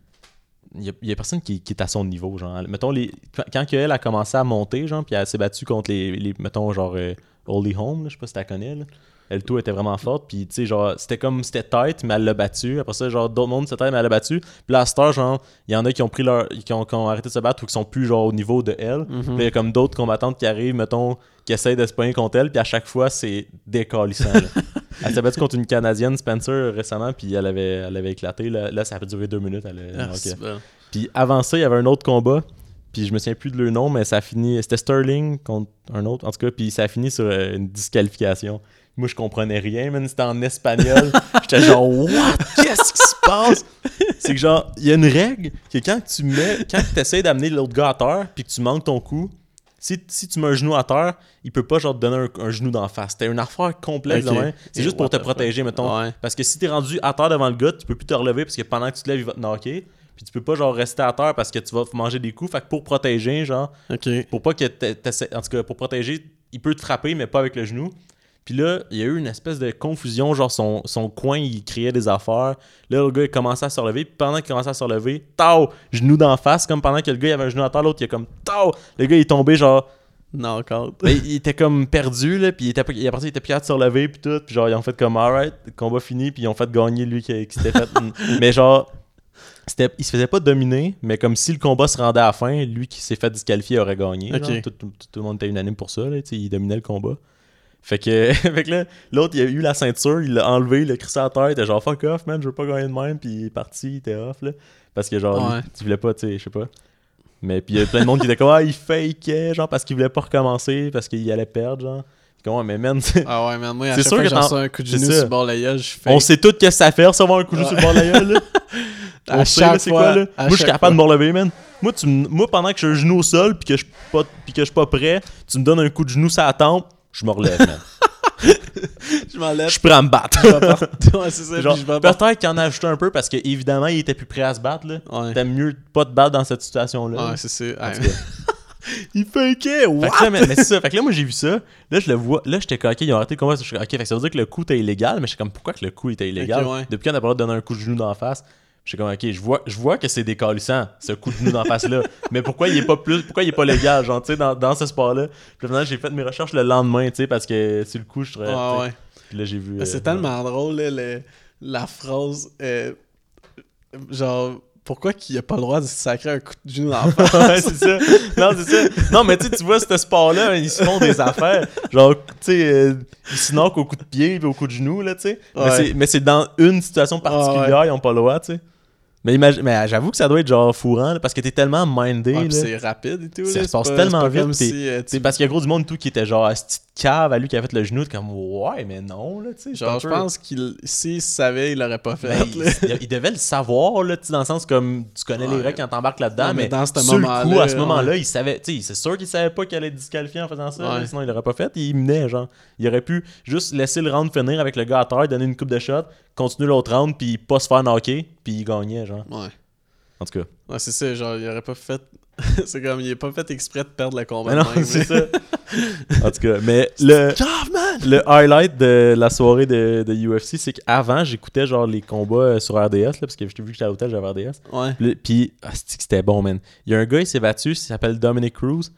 y a- il y a personne qui, qui est à son niveau. Genre. Mettons, les, quand, quand elle a commencé à monter, genre, puis elle s'est battue contre les, les mettons, genre, euh, Holly Holm, là, je sais pas si tu la connais, là. Elle, tout était vraiment forte, puis tu sais, genre, c'était comme, c'était tight, mais elle l'a battu. Après ça, genre, d'autres mondes, c'était tight, mais elle l'a battu. Puis là, à cette heure, genre, il y en a qui ont pris leur, qui ont, qui ont arrêté de se battre ou qui sont plus, genre, au niveau de elle. Mhm. Puis il y a comme d'autres combattantes qui arrivent, mettons, qui essayent de se pogner contre elle, puis à chaque fois, c'est décalissant, là. Elle s'est battue contre une Canadienne, Spencer, récemment, puis elle avait, elle avait éclaté. Là, là, ça a duré deux minutes. Elle a- Ah, ok. c'est bon. Puis avant ça, il y avait un autre combat. Puis je me souviens plus de leur nom, mais ça a fini. C'était Sterling contre un autre, en tout cas. Puis ça a fini sur euh, une disqualification. Moi, je comprenais rien, man. C'était en espagnol. J'étais genre, what? Qu'est-ce qui se passe? C'est que genre, il y a une règle que quand tu mets, quand tu essaies d'amener l'autre gars à terre, puis que tu manques ton coup, si, si tu mets un genou à terre, il peut pas genre te donner un, un genou d'en face. C'était une affaire complexe Ok. de même. C'est Et juste pour what te the protéger, fuck. mettons. Ouais. Parce que si t'es rendu à terre devant le gars, tu peux plus te relever parce que pendant que tu te lèves, il va te knocker. Puis tu peux pas genre rester à terre parce que tu vas manger des coups. Fait que pour protéger, genre, Ok. pour pas que t'a- t'essaies- en tout cas, pour protéger, il peut te frapper, mais pas avec le genou. Puis là, il y a eu une espèce de confusion, genre son, son coin, il criait des affaires. Là, le gars, il commençait à se relever. Puis pendant qu'il commençait à se relever, tao, genou d'en face, comme pendant que le gars, il avait un genou à terre, l'autre, il a comme tao. Le gars, il est tombé, genre, Knockout. ben, il était comme perdu, là. Puis il était, pas- il, après ça, il était plus capable de se relever, puis tout. Puis genre, ils ont fait comme, alright, combat fini, puis ils ont fait gagner lui qui, qui s'était fait. Mais genre, c'était, il se faisait pas dominer, mais comme si le combat se rendait à la fin, lui qui s'est fait disqualifier aurait gagné. Ok. Genre. Tout, tout- tout le monde était unanime pour ça, là, tu sais, il dominait le combat. Fait que, fait que là, l'autre, il a eu la ceinture, il l'a enlevé, il l'a crissé à la terre, il était genre fuck off, man, je veux pas gagner de même, puis il est parti, il était off, là. Parce que genre, Ouais. lui, tu voulais pas, tu sais, je sais pas. Mais puis il y a plein de monde qui était comme, ah, il fakeait, genre, parce qu'il voulait pas recommencer, parce qu'il allait perdre, genre. Comment, mais man, c'est- Ah ouais, man, moi, à C'est chaque sûr fois que que, t'en- j'en reçois un coup de c'est genou ça. sur le bord de la gueule, je fais. on sait tout qu'est-ce que ça fait recevoir un coup de genou sur le bord de la gueule, là. À On sait, là, chaque c'est fois, quoi, là. à Moi, je suis chaque capable fois. de me relever, man. Moi, tu m- Moi, pendant que je suis un genou au sol, puis que je suis pas, puis que je suis pas prêt, tu me donnes un coup de genou sur la tempe, je me relève, man. Je m'enlève. Je suis prêt à me battre. Je vais partir. Ouais, c'est ça. Genre, puis je vais partir. peut-être qu'il en a ajouté un peu parce qu'évidemment, il était plus prêt à se battre. Là. Ouais. T'aimes mieux pas te battre dans cette situation-là. Ouais, c'est ça. En Ouais. tout cas. Il fakait, Fait what? que là, mais, mais c'est ça. Fait que là, moi, j'ai vu ça. Là, je le vois. Là, j'étais coqué. Ils ont arrêté le combat. Je suis ok, fait que ça veut dire que le coup était illégal. Mais je suis comme, pourquoi que le coup était illégal? Ok, ouais. Depuis quand on a pas le droit de donner un coup de genou d'en face? Je suis comme, ok, je vois, je vois que c'est décalissant, ce coup de genou d'en face-là. Mais pourquoi il est pas plus, pourquoi il est pas légal, genre, tu sais, dans, dans ce sport-là? Puis finalement, j'ai fait mes recherches le lendemain, tu sais, parce que sur le coup, je trouvais. Ouais, ouais. Puis là, j'ai vu. Mais euh, C'est tellement drôle, là, le- la phrase. euh, genre, pourquoi qu'il a pas le droit de se sacrer un coup de genou dans la face? ouais, c'est ça. Non, c'est ça. Non, mais tu sais, tu vois, ce sport-là, ils se font des affaires. Genre, tu sais, euh, ils se knockent au coup de pied et au coup de genou, là, tu sais. Mais Ouais. c'est- Mais c'est dans une situation particulière, Ah, ouais. ils ont pas le droit, tu sais. Mais, imagine, mais j'avoue que ça doit être genre fourrant, là, parce que t'es tellement mindé. Ouais, là. pis c'est rapide et tout. Ça là, se c'est passe pas- tellement c'est pas vite, comme t'es- si, euh, tu- C'est parce qu'il y a gros du monde tout qui était genre à cette petite cave à lui qui a fait le genou, t'es comme ouais, mais non, là, tu sais. Genre, je c'est un peu- pense qu'il s'il savait, il l'aurait pas fait. Ben, là. il, il devait le savoir, là, tu sais, dans le sens comme tu connais les Ouais. règles quand t'embarques là-dedans, Non, mais mais, dans ce sur le coup, moment-là, à ce moment-là, ouais. il savait, tu sais, c'est sûr qu'il savait pas qu'il allait être disqualifié en faisant ça, Ouais. là, sinon il l'aurait pas fait, il menait, genre. Il aurait pu juste laisser le round finir avec le gars à terre, donner une coupe de shot, continuer l'autre round, puis pas se faire knocker, puis il gagnait, genre. Ouais. En tout cas. Ouais, c'est ça, genre, il aurait pas fait. C'est comme, il a pas fait exprès de perdre le combat. Mais non, de même, c'est là. ça. En tout cas, mais le... Grave, man! Le highlight de la soirée de, de U F C, c'est qu'avant, j'écoutais genre les combats euh, sur R D S, là, parce que je t'ai vu que j'étais à l'hôtel, j'avais R D S. Ouais. Puis, puis ah, c'est-tu que c'était bon, man. Il y a un gars, il s'est battu, il s'appelle Dominic Cruz.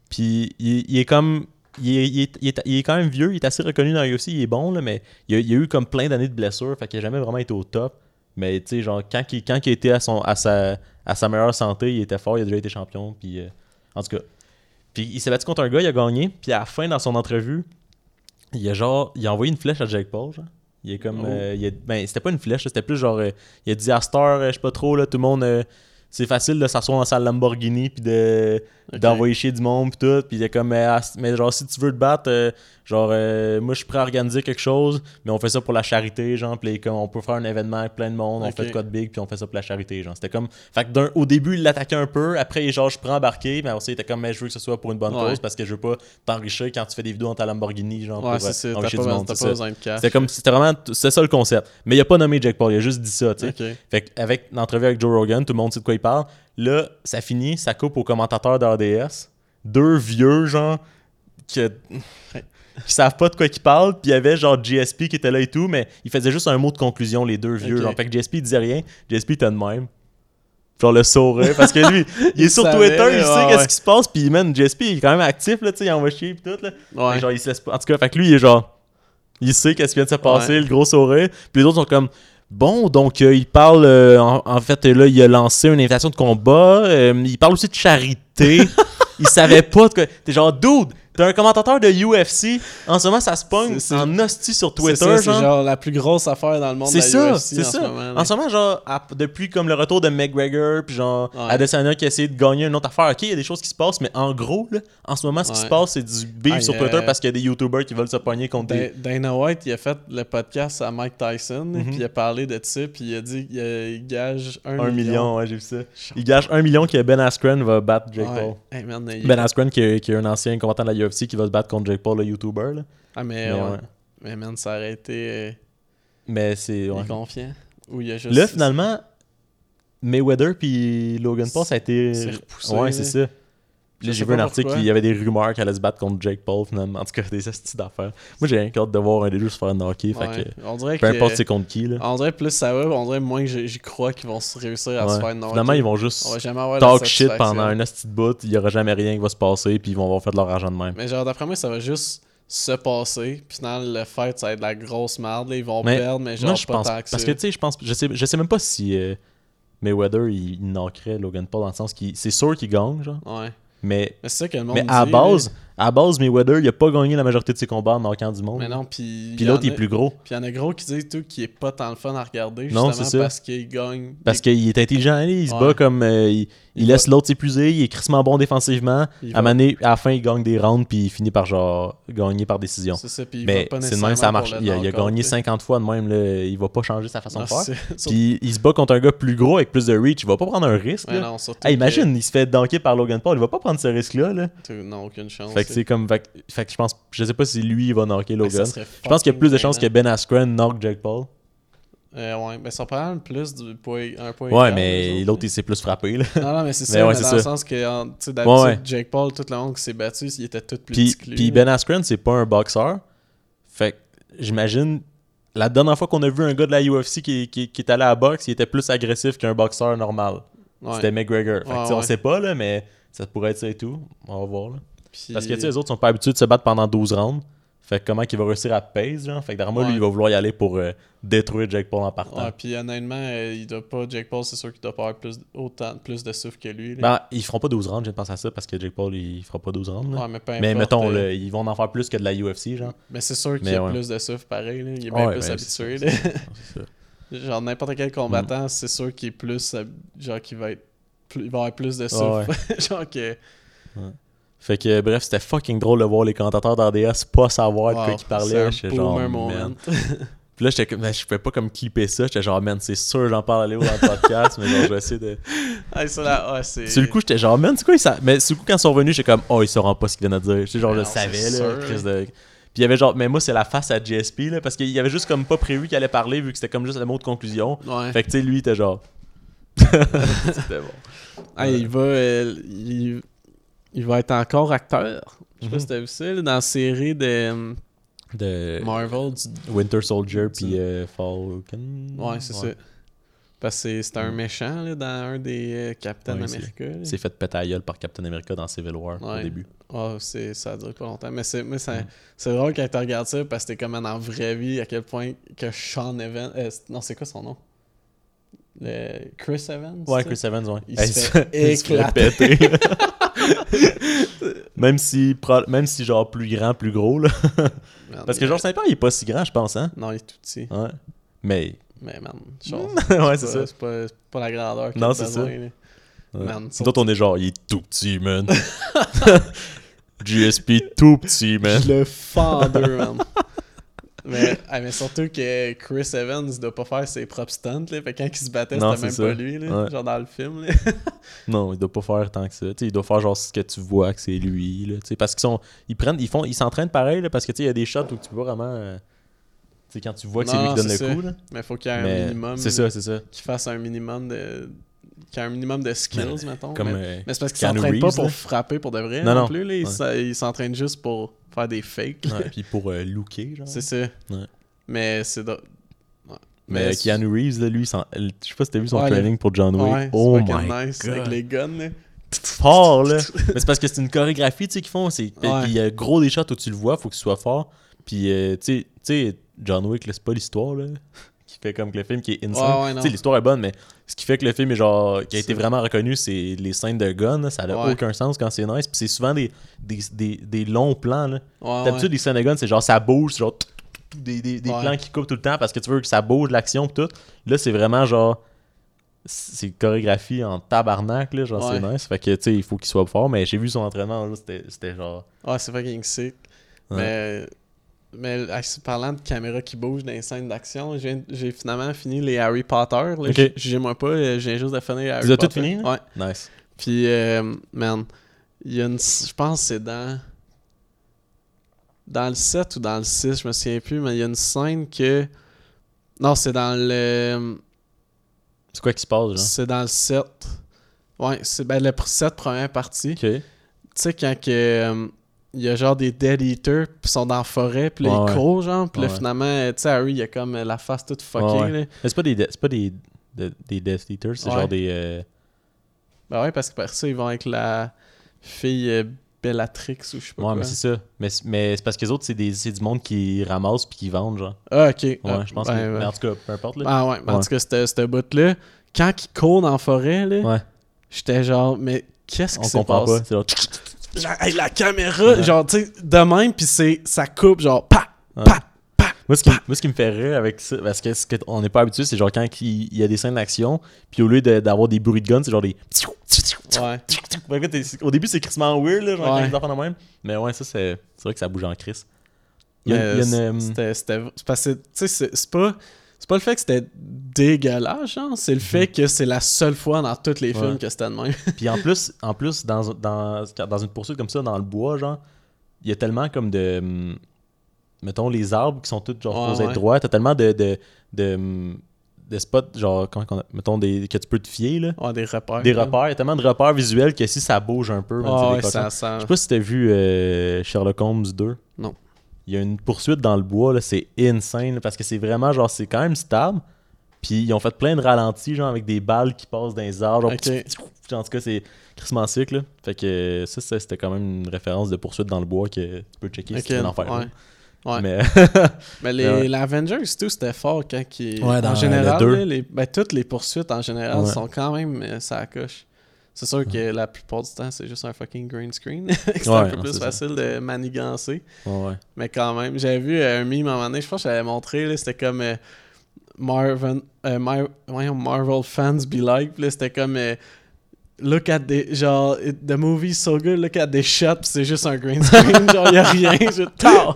Puis il, il est comme. Il est, il, est, il, est, il est quand même vieux, il est assez reconnu dans l'U F C, il est bon, là, mais il a, il a eu comme plein d'années de blessures, fait qu'il a jamais vraiment été au top. Mais tu sais, genre, quand il, quand il était à, son, à, sa, à sa meilleure santé, il était fort, il a déjà été champion. Puis, euh, en tout cas. Puis il s'est battu contre un gars, il a gagné. Puis à la fin, dans son entrevue, il a genre. Il a envoyé une flèche à Jake Paul, genre. Il est comme. Oh. Euh, il a, ben, c'était pas une flèche, c'était plus genre. Euh, il a dit à Star, euh, je sais pas trop, là, tout le monde. Euh, c'est facile de s'asseoir dans sa Lamborghini puis de okay. d'envoyer chier du monde puis tout, puis il est comme mais, mais genre si tu veux te battre euh, genre euh, moi je suis prêt à organiser quelque chose mais on fait ça pour la charité genre puis comme on peut faire un événement avec plein de monde, okay. on fait de quoi de big puis on fait ça pour la charité genre. C'était comme fait que d'un, au début il l'attaquait un peu, après il genre je prends embarqué mais aussi il était comme mais je veux que ce soit pour une bonne ouais. cause parce que je veux pas t'enrichir quand tu fais des vidéos dans ta Lamborghini genre ouais, pour c'est euh, enrichir du monde, t'as pas besoin de cash. C'était comme c'était vraiment c'était ça le concept mais il a pas nommé Jake Paul, il a juste dit ça tu sais. Okay. Fait qu'avec l'entrevue avec Joe Rogan tout le monde sait de quoi il parle. Là, ça finit, ça coupe aux commentateurs d'R D S. Deux vieux, genre, qui, qui savent pas de quoi ils parlent. Puis il y avait, genre, G S P qui était là et tout, mais il faisait juste un mot de conclusion, les deux vieux. Okay. Genre, fait que G S P, il disait rien. G S P était de même. Genre, le saurait. Parce que lui, il est il sur savait, Twitter, il ouais, sait ouais. qu'est-ce qui se passe. Puis, man, G S P, il est quand même actif, là, tu sais, il envoie chier, puis tout, là. Ouais. Genre, il se laisse pas. En tout cas, fait que lui, il est genre. Il sait qu'est-ce qui vient de se passer, ouais. le gros sourire. Puis les autres sont comme. Bon, donc euh, il parle, euh, en, en fait, là, il a lancé une invitation de combat. Euh, il parle aussi de charité. Il savait pas de quoi. T'es genre, dude, t'es un commentateur de U F C. En ce moment, ça se pogne c'est, c'est, en hostie sur Twitter. C'est, ça, genre. c'est genre la plus grosse affaire dans le monde c'est de la ça, U F C. C'est en ça, ce moment. En ce moment, genre, à, depuis comme le retour de McGregor, puis genre, ouais. Adesanya qui a essayé de gagner une autre affaire. Ok, il y a des choses qui se passent, mais en gros, là, en ce moment, ce ouais. qui se passe, c'est du beef ah, sur Twitter euh, parce qu'il y a des YouTubers qui veulent se pogner contre des. Dana White, il a fait le podcast à Mike Tyson, mm-hmm. puis il a parlé de ça, puis il a dit qu'il gage un, un million. Un million, ouais, j'ai vu ça. Il gage un million que Ben Askren va battre Jake ouais. Paul. Hey, man, Ben Askren qui est, qui est un ancien combattant de la U F C qui va se battre contre Jake Paul, le YouTuber. Là. Ah, mais, mais, ouais. Ouais. mais man, ça aurait été. Euh... Mais c'est. Il ouais. est confiant. Ou il a juste... Là, finalement, Mayweather puis Logan Paul, ça a été. C'est repoussé. Ouais, c'est ça. Là, j'ai vu un article, il y avait des rumeurs qu'elle allait se battre contre Jake Paul, finalement. En tout cas, des astuces d'affaires. Moi, j'ai rien hâte de voir un des deux se faire knocker. Ouais. Fait que, on dirait peu que, importe c'est contre qui. Là. On dirait plus ça va, on dirait moins que j'y crois qu'ils vont réussir à ouais. se faire knocker. Finalement, ils vont juste talk shit pendant un asti de bout. Il n'y aura jamais rien qui va se passer, puis ils vont avoir fait de leur argent de même. Mais genre, d'après moi, ça va juste se passer. Puis finalement, le fight, ça va être de la grosse merde. Là. Ils vont mais perdre, mais genre moi, je pas pense, tant que Parce que tu sais, je pense. Je sais, je sais même pas si euh, Mayweather, il, il knockerait Logan Paul dans le sens qu'il. C'est sûr qu'il gagne, genre. Ouais. Mais, mais, c'est ça que le monde mais à dit, base, là. à base, Mayweather, il a pas gagné la majorité de ses combats en knockant du monde. Mais non, puis. Puis l'autre, il est plus gros. Puis il y en a gros qui disent tout qui est pas tant le fun à regarder, justement non, c'est ça. parce qu'il gagne. Parce qu'il est intelligent, il, il se ouais. bat comme. Euh, il, il, il laisse va... l'autre s'épuiser, il est crissement bon défensivement. À, va... maner, à la fin, il gagne des rounds, puis il finit par genre gagner par décision. C'est ça, puis il mais va pas c'est de même, ça marche. Il a, il a gagné cinquante fois de même, là, il va pas changer sa façon non, de faire. Puis il se bat contre un gars plus gros avec plus de reach, il va pas prendre un risque. Ouais, non, hey, imagine, que... il se fait dunker par Logan Paul, il va pas prendre ce risque-là. Là. Non, aucune chance. Fait que c'est comme. Fait, fait que je pense. Je sais pas si lui il va knocker Logan. Je pense qu'il y a plus de chances que Ben Askren knock Jake Paul. Euh, ouais, mais ça prend plus du point, un point. Ouais, mais l'autre il s'est plus frappé. Là. Non, non, mais c'est ça. Mais ouais, mais c'est dans ça. Le sens que, tu sais, d'habitude, ouais, ouais. Jake Paul, tout le monde qui s'est battu, il était tout plus petit que lui. Puis Ben Askren, c'est pas un boxeur. Fait que j'imagine. La dernière fois qu'on a vu un gars de la U F C qui, qui, qui est allé à la boxe, il était plus agressif qu'un boxeur normal. Ouais. C'était McGregor. Fait que, ouais, on ouais. sait pas, là, mais ça pourrait être ça et tout. On va voir. Là. Puis... Parce que les autres sont pas habitués de se battre pendant douze rounds. Fait que comment qu'il va réussir à pace, genre. Fait que derrière moi, ouais. lui, il va vouloir y aller pour euh, détruire Jake Paul en partant. Ouais, puis honnêtement, euh, il doit pas. Jake Paul, c'est sûr qu'il doit pas avoir plus, autant, plus de souffle que lui. Là. Ben, ils feront pas douze rounds, je viens de penser à ça, parce que Jake Paul, il fera pas douze rounds. Là. Ouais, mais peu mais importe, mettons, euh... là, ils vont en faire plus que de la U F C, genre. Mais c'est sûr qu'il mais y a ouais. plus de souffle pareil, là. Il est bien ouais, plus ben, habitué. C'est ça, c'est ça. Genre, n'importe quel combattant, mm. c'est sûr qu'il est plus. Genre, qu'il va être. Plus, il va avoir plus de souffle. Oh, ouais. genre que. Ouais. Fait que bref, c'était fucking drôle de voir les commentateurs d'R D S pas savoir wow, de quoi ils parlaient. J'étais genre, man. Puis là, j'étais comme, je pouvais pas comme clipper ça. J'étais genre, man, c'est sûr, j'en parle à Léo dans le podcast, mais genre, je vais essayer de. Ah, ça là, ouais, c'est. Sur le coup, j'étais genre, man, c'est quoi, ça. Mais sur le coup, quand ils sont revenus, j'étais comme, oh, ils sauront pas ce qu'ils viennent de dire. J'étais genre, mais je non, savais, là. Crise de... Puis il y avait genre, mais moi, c'est la face à G S P, là, parce qu'il y avait juste comme pas prévu qu'il allait parler, vu que c'était comme juste le mot de conclusion. Ouais. Fait que, tu sais, lui, il était genre. C'était bon. Ah, ouais. il va. Euh, il... Il va être encore acteur. Je sais mm-hmm. pas si t'as vu ça, là, dans la série de, de Marvel. Du... Winter Soldier puis euh, Falcon. Ouais, c'est ouais. ça. Parce que c'est, c'est un Mm. méchant là, dans un des euh, Captain Ouais, America. là. C'est fait péter à gueule par Captain America dans Civil War Ouais. au début. Oh, c'est, ça a duré pas longtemps. Mais c'est, mais ça, Mm. c'est drôle quand tu regardes ça parce que t'es comme dans la vraie vie à quel point que Sean Evans. euh, c'est- non, c'est quoi son nom? Le Chris Evans? Ouais, ça? Chris Evans, ouais. Il Hey, se fait il se fait éclater. péter, là. même si pro- même si genre plus grand, plus gros là. Man, Parce que il- genre Saint-Pierre, il est pas si grand, je pense, hein. Non, il est tout petit. Ouais. Mais Mais man, genre, ouais, c'est pas- ça. C'est pas, c'est pas la grandeur qu'il Non, a c'est besoin. ça. là. Ouais. Man, Nous autres, on est genre, il est tout petit, man. G S P tout petit, man. Je le fends en deux, man. Mais, ah, mais surtout que Chris Evans il doit pas faire ses propres stunts, là. Fait que quand il se battait, Non, c'était même c'est pas ça. lui, là. Ouais. Genre dans le film, là. Non, il doit pas faire tant que ça. Tu sais, il doit faire genre ce que tu vois que c'est lui, là. Tu sais, parce qu'ils sont, ils prennent, ils font, ils s'entraînent pareil, là, parce que tu sais, il y a des shots où tu peux vraiment, euh, tu sais, quand tu vois que c'est Non, lui qui donne le c'est coup, là. Mais faut qu'il y ait un Mais minimum. c'est ça, c'est ça. Qu'il fasse un minimum de. Qu'il y ait un minimum de skills, mettons. Comme mais, euh, mais c'est parce qu'il Keanu s'entraîne pas Reeves, pour là. frapper pour de vrai Non, non, non. plus, là. Il Ouais. s'a- il s'entraîne juste pour faire des fakes. là. ouais, puis pour euh, looker, genre. C'est ça. Ouais. Mais c'est. de- ouais. Mais c'est- Keanu Reeves, là, lui, s'en- je sais pas si t'as vu son Ouais, training pour John Wick. Ouais, Oh c'est fucking my nice. god. Avec les guns, là. Fort, là. Mais c'est parce que c'est une chorégraphie, tu sais, qu'ils font. C'est... Ouais. Puis il y a gros des shots où tu le vois, faut que tu sois fort. Puis, euh, tu sais- tu sais, John Wick, là, c'est pas l'histoire, là, qui fait comme que le film qui est insane. Ouais, ouais, non. Tu sais, l'histoire est bonne, mais ce qui fait que le film est genre, qui a été C'est- vraiment reconnu, c'est les scènes de gun, là, ça n'a Ouais. aucun sens quand c'est nice. Puis c'est souvent des, des, des, des longs plans, là. Ouais, D'habitude, ouais. les scènes de gun, c'est genre, ça bouge, c'est genre, des, des, des Ouais. plans qui coupent tout le temps parce que tu veux que ça bouge, l'action, pis tout. Là, c'est vraiment genre, c'est une chorégraphie en tabarnak, là, genre, c'est Ouais. nice. Fait que, tu sais, il faut qu'il soit fort, mais j'ai vu son entraînement, là, c'était, c'était genre. Ouais, c'est fucking sick. Ouais. Mais, mais ah, parlant de caméra qui bouge dans les scènes d'action, j'ai, j'ai finalement fini les Harry Potter. Là. Ok. J- Jugez-moi pas, euh, j'ai juste de finir Harry Tu as Potter. tout fini, là? Ouais. Nice. Puis, euh, man, il y a une. Je pense que c'est dans. Dans le sept ou dans le six, je me souviens plus, mais il y a une scène que. Non, c'est dans le. C'est quoi qui se passe, genre? C'est dans le sept. Ouais, c'est ben, le sept première partie. Ok. Tu sais, quand que, euh, il y a genre des Dead Eaters, puis ils sont dans la forêt, puis là, Ouais, ils ouais. courent, genre, puis là, Ouais. finalement, euh, tu sais, Harry, il a comme euh, la face toute fuckée, Ouais, ouais. là. Mais c'est pas des, de- c'est pas des, de- des Death Eaters, c'est Ouais. genre des. euh, Ben ouais, parce que par ça, ils vont avec la fille euh, Bellatrix, ou je sais pas Ouais, quoi. mais c'est ça. Mais, c'est- mais c'est parce que les autres, c'est, des, c'est du monde qui ramasse puis qui vendent, genre. Ah, ok. Ouais, Ah, je pense ben, que. ouais. Mais en tout cas, peu importe, là. Ah ouais, mais en Ouais. tout cas, c'était ce bout-là, quand ils courent dans la forêt, là, Ouais, j'étais genre, mais qu'est-ce qui on s'est comprend passé? pas. C'est genre. Genre, hey, la caméra, Ouais. genre, tu sais, de même, puis c'est, ça coupe, genre, pa, Ouais. pa, pa. Moi ce, qui, moi, ce qui me fait rire avec ça, parce que ce qu'on n'est pas habitué, c'est genre quand il, il y a des scènes d'action, puis au lieu de- d'avoir des bruits de gun, c'est genre des. Ouais. Fait que t'es- Au début, c'est crissement weird, là, genre Ouais. quand ils en font de même. Mais ouais, ça, c'est, c'est vrai que ça bouge en crisse. Il y a, Mais il y a une. c- euh, C'était, c'était, c'est parce que, tu sais, c'est, c'est pas, c'est pas le fait que c'était dégueulasse, genre, c'est le fait que c'est la seule fois dans tous les films Ouais. que c'était de même. Puis en plus, en plus dans, dans, dans une poursuite comme ça, dans le bois, genre, il y a tellement comme de. hum, Mettons, les arbres qui sont tous genre Ouais, supposés ouais. être droits. T'as tellement de. de, de, hum, de spots, genre, comment qu'on a- mettons, des, que tu peux te fier, là. Ouais, des repères. Des là. repères. Il y a tellement de repères visuels que si ça bouge un peu, man, c'est Ouais, des ouais, cochons. ça, ça... Je sais pas si t'as vu euh, Sherlock Holmes deux. Non. Il y a une poursuite dans le bois, là, c'est insane, là, parce que c'est vraiment, genre, c'est quand même stable. Puis ils ont fait plein de ralentis, genre, avec des balles qui passent dans les arbres. Genre, Ok. en tout cas, c'est crissement sick, là. Fait que euh, ça, ça, c'était quand même une référence de poursuite dans le bois que tu peux checker Ok, si tu veux en faire. ouais. une. Ouais. Mais Mais les, Ouais. l'Avengers, tout, c'était fort quand ils... Ouais, dans en général, le deux. là, les... ben, toutes les poursuites, en général, Ouais. sont quand même... euh, ça coche. C'est sûr que la plupart du temps, c'est juste un fucking green screen. c'est Ouais, un peu non, plus c'est ça. facile de manigancer. ouais, ouais. Mais quand même, j'avais vu euh, un meme à un moment donné, je pense que j'avais montré, là, c'était comme euh, Marvel, euh, Mar- voyons, Marvel fans be like, puis là, c'était comme euh, look at the, genre, it- the movie's so good, look at the shot, puis c'est juste un green screen, genre, y'a rien, je tard.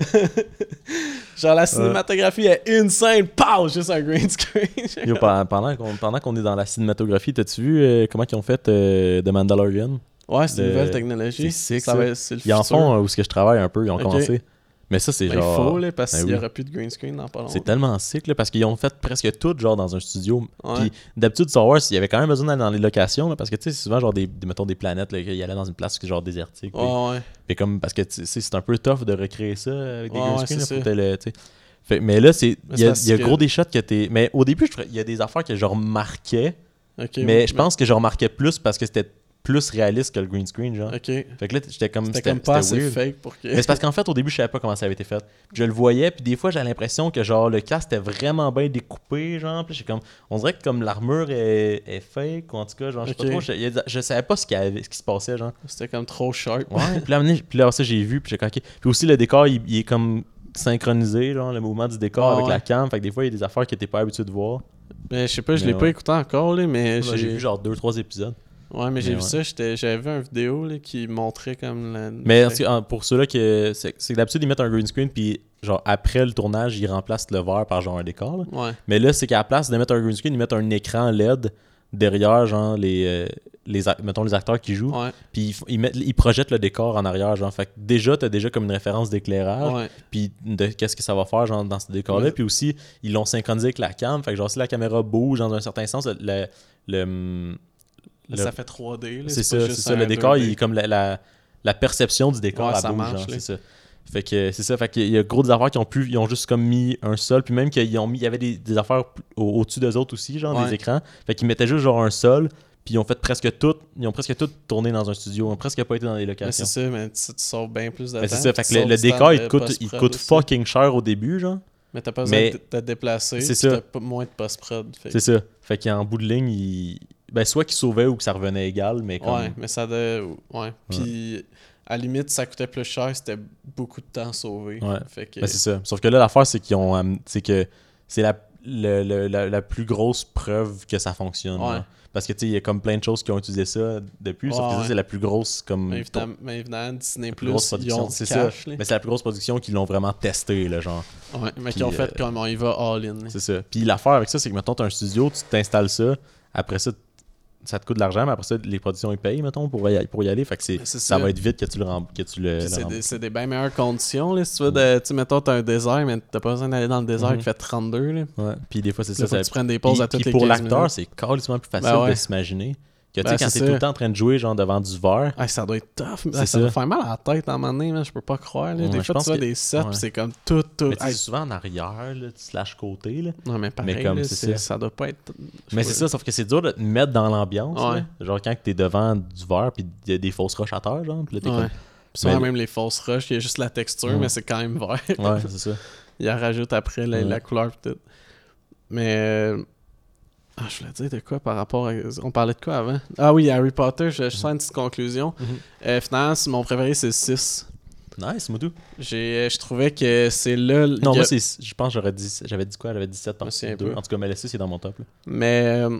Genre, la cinématographie est insane, pow, juste un green screen. Yo, pe- pendant, qu'on, pendant qu'on est dans la cinématographie, t'as-tu vu euh, comment ils ont fait euh, The Mandalorian? Ouais, c'est une Le- nouvelle technologie. c'est sick, ça. ça. Va, c'est le Ils en futur. font euh, où ce que je travaille un peu, ils ont Ok. commencé. Mais ça, c'est Ben, genre. il faut, là, parce Ben qu'il n'y oui. aura plus de green screen dans pas longtemps. C'est tellement sick, là, parce qu'ils ont fait presque tout, genre, dans un studio. Ouais. Puis d'habitude, Star Wars, il y avait quand même besoin d'aller dans les locations, là, parce que, tu sais, c'est souvent, genre, des, des- mettons, des planètes, là, qu'ils allaient dans une place, genre, désertique. Puis, Ouais, ouais. puis comme, parce que, tu sais, c'est un peu tough de recréer ça avec des Ouais, green ouais, screens, c'est là, faut ça. que t'aies le, tu sais. Fait, mais là, c'est Mais il y a, c'est il y a parce gros que- des shots que t'es... Mais au début, je- il y a des affaires que je remarquais, Ok, mais ouais, je pense que je remarquais plus parce que c'était plus réaliste que le green screen, genre. Ok. Fait que là, j'étais comme... C'était comme pas assez weird. fake pour que. Mais c'est parce qu'en fait, au début, je savais pas comment ça avait été fait. Puis je le voyais, puis des fois, j'avais l'impression que genre le cast était vraiment bien découpé, genre. Puis j'ai comme, on dirait que comme l'armure est, est fake, ou en tout cas, genre, je sais Ok. pas trop, je, il y a- je savais pas ce, qu'il y avait, ce qui se passait, genre. C'était comme trop sharp. Ouais. Puis là, amené- puis là, ça, j'ai vu, puis j'ai comme, ok. Puis aussi, le décor, il, il est comme synchronisé, genre, le mouvement du décor Ouais, avec ouais. la cam. Fait que des fois, il y a des affaires que t'es pas habitué de voir. Mais je sais pas, je Mais l'ai ouais. pas écouté encore, là, mais Moi, j'ai vu genre deux trois épisodes. Ouais, mais j'ai Mais vu ouais. ça, j'étais- j'avais vu une vidéo là, qui montrait comme la. Mais en tout cas, pour ceux-là, que c'est c'est que d'habitude, ils mettent un green screen, puis genre, après le tournage, ils remplacent le verre par genre un décor, là. Ouais. Mais là, c'est qu'à la place de mettre un green screen, ils mettent un écran L E D derrière, genre, les, euh, les, ac- mettons, les acteurs qui jouent. Ouais. Puis ils, f- ils, mettent, ils projettent le décor en arrière, genre. Fait que déjà, t'as déjà comme une référence d'éclairage. Ouais. Puis de qu'est-ce que ça va faire, genre, dans ce décor-là. Ouais. Puis aussi, ils l'ont synchronisé avec la cam. Fait que, genre, si la caméra bouge dans un certain sens, le. le, le- le- Ça fait trois D. là, c'est pas ça, juste c'est ça. un Le décor, deux D. il est comme la, la, la perception du décor Ouais, à ça bouge, marche, genre, là. c'est ça. Fait que c'est ça, fait qu'il y a gros des affaires qui ont pu, ils ont juste comme mis un sol, puis même qu'ils ont mis, il y avait des, des affaires au- au-dessus d'eux autres aussi, genre Ouais. des écrans. Fait qu'ils mettaient juste genre un sol, puis ils ont fait presque tout, ils ont presque tout tourné dans un studio, ils ont presque pas été dans des Mais locations. c'est ça, mais tu, tu sauves bien plus de Mais temps. c'est ça, puis fait tu que le, sauves le du décor temps il de te coûte, il post-prod coûte aussi. fucking cher au début, genre. Mais t'as pas besoin Mais- de te déplacer. C'est puis ça. T'as pas moins de post-prod. fait que- C'est ça. Fait qu'en bout de ligne, il... ben soit qu'ils sauvaient ou que ça revenait égal, mais comme. Ouais, mais ça de. Ouais. Puis à la limite, ça coûtait plus cher, c'était beaucoup de temps sauvé. Ouais. Fait que. Ben, c'est ça. Sauf que là, l'affaire, c'est qu'ils ont. am- C'est que c'est la, le- le- la, la plus grosse preuve que ça fonctionne. Ouais. genre. Parce que tu sais, il y a comme plein de choses qui ont utilisé ça depuis. sauf Ouais, que ça, ouais. c'est la plus grosse comme. Mais évidemment, mais évidemment, Disney plus grosse Plus, ils ont production. du C'est cash. ça. là. Mais c'est la plus grosse production qu'ils l'ont vraiment testé, là, genre. Ouais, mais Puis, qui ont fait euh, comme on y va all-in. là. C'est ça. Puis l'affaire avec ça, c'est que, mettons, tu as un studio, tu t'installes ça. Après ça, ça te coûte de l'argent, mais après ça, les productions, ils payent, mettons, pour y, pour y aller. Fait que c'est, Mais c'est ça ça. va être vite que tu le rem- que tu le, Puis le c'est rem- des, c'est des bien meilleures conditions. Là, si tu veux, de, tu sais, mettons, t'as un désert, mais t'as pas besoin d'aller dans le désert Mhm. qui fait trente-deux. Là. Ouais. Puis des fois, c'est Là, ça. faut ça que tu prennes des pauses puis- à toutes puis les pour quinze l'acteur, minutes. c'est carrément plus facile Ben ouais. de s'imaginer. Que tu Ben, sais, quand c'est t'es ça. tout le temps en train de jouer, genre, devant du verre. Ah, ça doit être tough. C'est Ah, ça doit ça. faire mal à la tête à un moment donné, man, je peux pas croire. Là. Ouais, des je fois, pense tu vois que- des sets, ouais. puis c'est comme tout, tout. Mais tu sais, Hey, c'est souvent en arrière, là, tu slash côté, là. non, mais pareil, comme là, c'est c'est- ça. ça doit pas être. je Mais sais c'est pas. ça, sauf que c'est dur de te mettre dans l'ambiance. Ouais. là. Genre, quand t'es devant du verre, puis il y a des fausses roches à terre, genre. Puis là, t'es Ouais. comme. Puis souvent, Mais- même les fausses roches, il y a juste la texture, Ouais. mais c'est quand même vert. Ouais, c'est ça. Il en rajoute après la, Ouais. la couleur pis tout. Mais. euh, Ah, je voulais dire de quoi par rapport à. On parlait de quoi avant? Ah oui, Harry Potter, je, je sens une petite conclusion. Mhm. Euh, finalement, c'est- mon préféré, c'est le six. Nice, Moutou. J'ai, je trouvais que c'est là. Non, il y a- moi, c'est, je pense que j'aurais dit, j'avais dit quoi? J'avais dit sept par Me souviens deux. pas. En tout cas, mais le six, c'est dans mon top. Là. Mais. euh,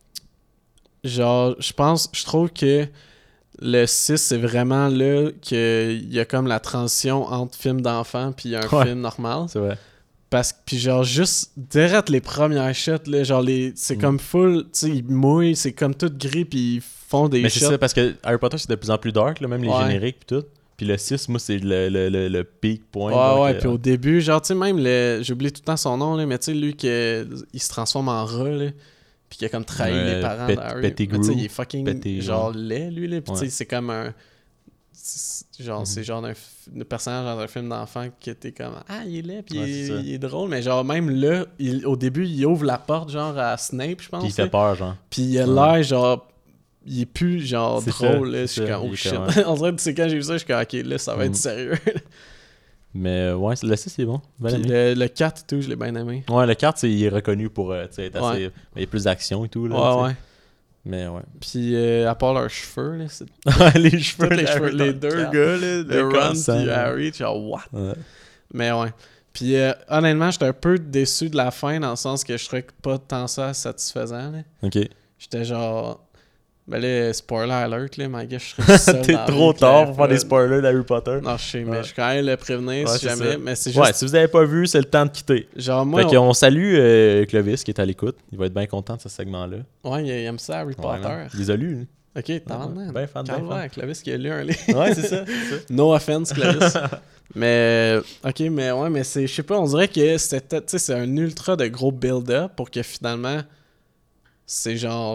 genre, je pense. Je trouve que le six, c'est vraiment là qu'il y a comme la transition entre film d'enfant puis un Ouais. film normal. C'est vrai. Parce que, puis genre, juste direct les premières shots, là, genre, les, c'est Mm. comme full, tu sais, ils mouillent, c'est comme tout gris, puis ils font des Mais c'est shots. ça, parce que Harry Potter, c'est de plus en plus dark, là, même les Ouais. génériques puis tout. Puis le six, moi, c'est le, le, le, le peak point. Ouais, genre, ouais, que- puis au début, genre, tu sais, même, le, j'oublie tout le temps son nom, là, mais tu sais, lui, que, il se transforme en rat, là, puis qui a comme trahi Ouais, les parents Pet- d'Harry. Pettigrew. Mais tu sais, il est fucking, Petit- genre, laid, lui, là, puis tu sais, Ouais. c'est comme un... c'est- Genre, Mhm. c'est genre d'un f- de personnage dans un film d'enfant qui était comme ah, il est laid, puis Ouais, il, c'est ça. il est drôle, mais genre, même là, il- au début, il ouvre la porte, genre, à Snape, je pense. Puis il là. fait peur, genre. Puis il a Ouais. l'air genre. Il est plus genre C'est drôle. ça, là. Je c'est suis ça, comme il oh est shit. comme- On dirait que c'est quand j'ai vu ça, je suis comme ok, là ça va être Mm. sérieux. Mais euh, ouais, le six, c'est bon. Bien Puis aimé. le, le quatre et tout, je l'ai bien aimé. Ouais, le quatre, c'est- il est reconnu pour euh, tu sais, être assez. Ouais. Il y a plus d'action et tout. Là, tu Ouais, sais. ouais. Mais ouais. Puis euh, à part leurs cheveux, là, c'est les cheveux, tous les, d'Harry cheveux, les dans deux le quatre. gars, là, de Ron Comme et ça, Harry, genre what? Ouais. Mais ouais. Puis euh, honnêtement, j'étais un peu déçu de la fin dans le sens que je trouvais que pas tant ça satisfaisant. Là. Ok. J'étais genre. Ben là, spoiler alert, là, my gars, je serais seul T'es dans la trop rue, tard puis pour faire des la- spoilers d'Harry Potter. Non, je sais, mais Ouais. je suis quand même le prévenir Ouais, si c'est jamais. ça. Mais c'est juste. Ouais, si vous avez pas vu, c'est le temps de quitter. Genre, moi. Fait qu'on salue euh, Clovis qui est à l'écoute. Il va être bien content de ce segment-là. on- Ouais, il il aime ça, Harry Ouais, Potter. man. Il les a lus. lui. Ok, t'as Ouais, ouais, ben fan, ben fan. Calvaire, Clovis qui a lu un livre. Ouais, c'est ça. c'est ça. No offense, Clovis. mais, ok, mais ouais, mais c'est, je sais pas, on dirait que c'était, tu sais, c'est un ultra de gros build-up pour que finalement, c'est genre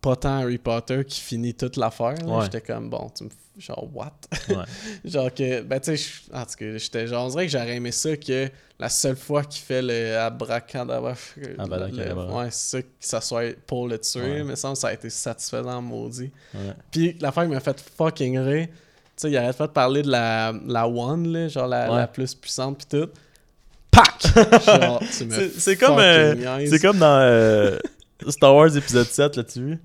pas tant Harry Potter qui finit toute l'affaire. Là. Ouais. J'étais comme, bon, tu me... Genre, what? Ouais. Genre que, ben tu sais, en tout cas, j'étais genre, on dirait que j'aurais aimé ça que la seule fois qu'il fait le abracadabra, Abracadabra. ouais, c'est ça, que ça soit pour le tuer, Ouais. mais ça, ça a été satisfaisant, maudit. Ouais. Puis l'affaire qui m'a fait fucking rire, tu sais, il arrête pas de parler de la, la One, là, genre la, Ouais. la plus puissante, pis tout. Pac! Genre, tu me C'est, c'est comme, euh, fucking c'est comme dans euh, Star Wars épisode sept, l'as-tu vu?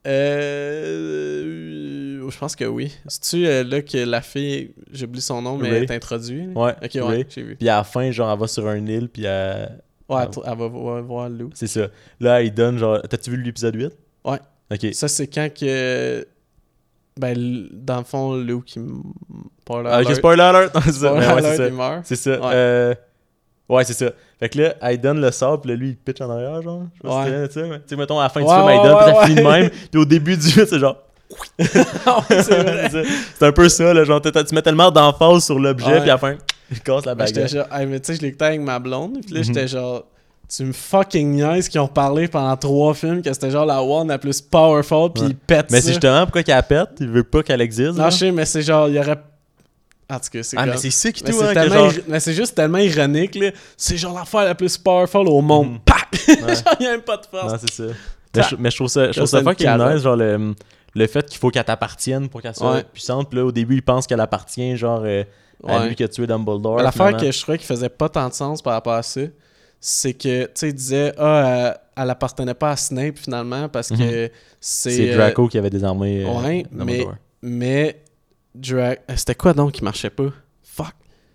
Euh, je pense que oui. C'est-tu euh, là que la fille, j'oublie son nom, mais Ray. elle est introduite? Ouais, Ok, Ray. ouais, j'ai vu. Puis à la fin, genre, elle va sur un île, puis elle... Ouais, Ah. elle, elle va voir, voir Lou. C'est ça. Là, il donne, genre... T'as-tu vu l'épisode huit? Ouais. Ok. Ça, c'est quand que. Ben, l- dans le fond, Lou qui. m- Spoiler Ah, ok, alert. spoiler alert! Non, c'est ça. Spoiler Mais ouais, alert, c'est ça. il meurt. C'est ça. Ouais. Euh... Ouais, c'est ça. Fait que là, elle donne le sable, puis là, lui, il pitch en arrière, genre. Je sais pas si Ouais. tu sais, mais- tu sais, mettons, à la fin du Ouais, film, elle ouais, donne, puis ça ouais, finit de ouais. même. Puis au début du film, c'est genre... Ah ouais, c'est vrai. c'est c'est un peu ça, là. Genre, t'as- tu mets tellement d'emphase sur l'objet, Ouais. puis à la fin, il casse la Ben, j'étais baguette. genre. Hey, mais tu sais, je l'écoutais avec ma blonde, puis là, Mhm. j'étais genre. Tu me fucking niaises qui ont parlé pendant trois films que c'était genre la One la plus powerful, puis Ouais. ils pètent Mais ça. c'est justement pourquoi qu'elle pète. Il veut pas qu'elle existe. Non, là. je sais, mais c'est genre, il y aurait. En tout cas, c'est Ah, comme... mais c'est sick, Mais tout, c'est hein, que tellement genre... ir- mais c'est juste tellement ironique, là. C'est genre l'affaire la plus powerful au monde. Mhm. Pac! Ouais. Genre, il y a même pas de force. Non, c'est ça. Mais je, mais je trouve ça, je trouve Là, ça c'est une fucking carotte. nice, genre le, le fait qu'il faut qu'elle t'appartienne pour qu'elle soit Ouais. puissante. Puis là, au début, il pense qu'elle appartient, genre, euh, à Ouais. lui qui a tué Dumbledore. Mais l'affaire finalement. que je trouvais qui faisait pas tant de sens par rapport à ça, c'est que, tu sais, il disait, ah, elle, elle appartenait pas à Snape finalement parce que c'est. C'est euh, Draco qui avait désarmé euh, ouais, mais. Dumbledore. Mais. Dra- C'était quoi donc qui marchait pas? Fuck.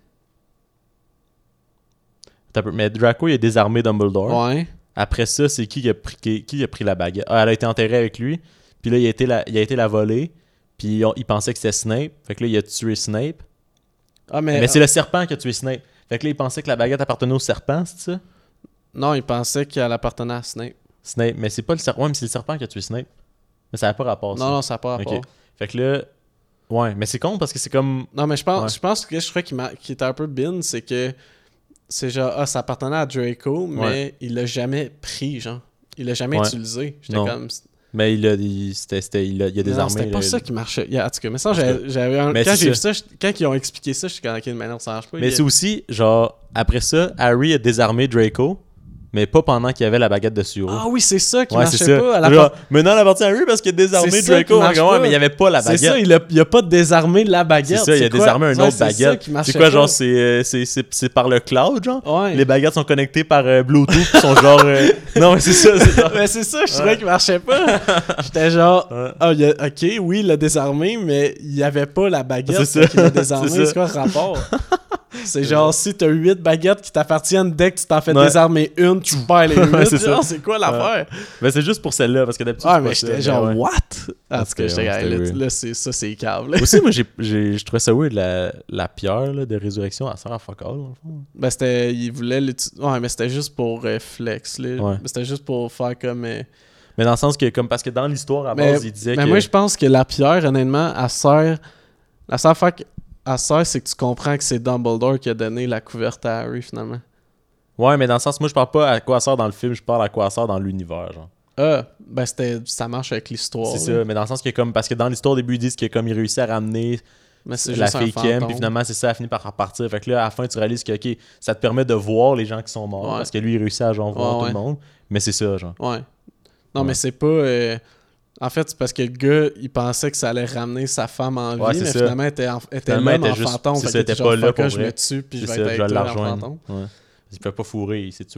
T'as peu- Mais Draco, il a désarmé Dumbledore. Ouais. Après ça, c'est qui qui a pris, qui, qui a pris la baguette? Ah, elle a été enterrée avec lui. Puis là, il a été la, il a été la voler. Puis on- il pensait que c'était Snape. Fait que là, il a tué Snape. Ah, mais. Mais c'est le serpent qui a tué Snape. Fait que là, il pensait que la baguette appartenait au serpent, c'est ça? Non, il pensait qu'elle appartenait à Snape. Snape. Mais c'est pas le serpent. Ouais, mais c'est le serpent qui a tué Snape. Mais ça n'a pas rapport, ça. Non, non, ça n'a pas rapport. Ok. Fait que là... Ouais, mais c'est con parce que c'est comme... Non, mais je pense, Ouais. je pense que je crois qu'il m'a- qu'il était un peu bin, c'est que c'est genre, ah, ça appartenait à Draco, mais Ouais. il l'a jamais pris, genre. Il l'a jamais Ouais. utilisé. J'étais Non. comme. Mais il a, il, c'était, c'était- il a, il a Non, désarmé... c'était pas le- ça qui marchait. Il y a- En tout cas, mais ça, En tout j'avais cas. j'avais un- Mais quand c'est j'ai vu ça. ça, je- quand ils ont expliqué ça, j'étais comme, ok, mais non, ça marche pas. Mais Il- c'est aussi, genre, après ça, Harry a désarmé Draco, mais pas pendant qu'il y avait la baguette de Suro. Ah oui, c'est ça qui ouais, marchait c'est ça. pas. À la Genre, fin- maintenant, elle appartient à Harry parce qu'il a désarmé C'est ça qui Draco. marche Ouais, pas. mais il n'y avait pas la C'est baguette. ça, il a, il a pas désarmé la baguette. C'est ça, il a quoi? désarmé un Ouais, autre c'est ça baguette. qui marchait C'est quoi, pas. genre, c'est, euh, c'est, c'est, c'est par le cloud, genre? Ouais. Les baguettes sont connectées par euh, Bluetooth, ils sont genre... euh, Non, mais c'est ça, c'est genre... Mais c'est ça, je trouvais Ouais. qu'il marchait pas. J'étais genre, Ouais. ah, il a- ok, oui, il l'a désarmé, mais il y avait pas la baguette C'est ça. qu'il l'a désarmé. C'est ça. C'est quoi le rapport? C'est genre, si t'as huit baguettes qui t'appartiennent, dès que tu t'en fais Ouais. désarmer une, tu perds les huit. Ouais, c'est Genre, ça. c'est quoi l'affaire? Mais c'est juste pour celle-là, parce que d'habitude, Ah, c'est mais pas j'étais ça. genre, Ouais. what? En Parce tout cas, que, j'étais ouais, là, c'était là, weird. là, c'est ça, c'est cave. là. Aussi, moi, j'ai, j'ai, je trouvais ça weird, la, la pierre là, de résurrection, elle sert à fuck all, dans le fond. Ben, c'était, il voulait l'utiliser. Ouais, mais c'était juste pour euh, flex, là. Ouais. C'était juste pour faire comme. euh, Mais dans le sens que, comme, parce que dans l'histoire, à Mais, base, il disait mais que... moi, je pense que la pierre, honnêtement, elle sert. La seule affaire qu'elle sert, c'est que tu comprends que c'est Dumbledore qui a donné la couverte à Harry, finalement. Ouais, mais dans le sens, moi, je parle pas à quoi elle sert dans le film, je parle à quoi elle sert dans l'univers, genre. Ah, ben, c'était, ça marche avec l'histoire. C'est là. ça, mais dans le sens que, comme, parce que dans l'histoire, au début, ils disent que, comme, il réussit à ramener Mais c'est la juste fille un qui aime, fantôme. puis finalement, c'est ça, elle finit par repartir. Fait que là, à la fin, tu réalises que, ok, ça te permet de voir les gens qui sont morts, Ouais. parce que lui, il réussit à, genre, voir Ouais, tout ouais. le monde. Mais c'est ça, genre. Ouais. Non, Ouais. mais c'est pas. euh, En fait, c'est parce que le gars, il pensait que ça allait ramener sa femme en vie, Ouais, c'est mais ça. finalement, elle était, en... elle était Finalement, là, elle mais en était juste- fantôme. c'est Fait ça, qu'il elle était était genre, pas là fuck, pour je vrai. me tue, puis je C'est vais ça, être je avec vais toi la en rejoindre. fantôme. Ouais. Il fait pas fourrer, il s'est tué.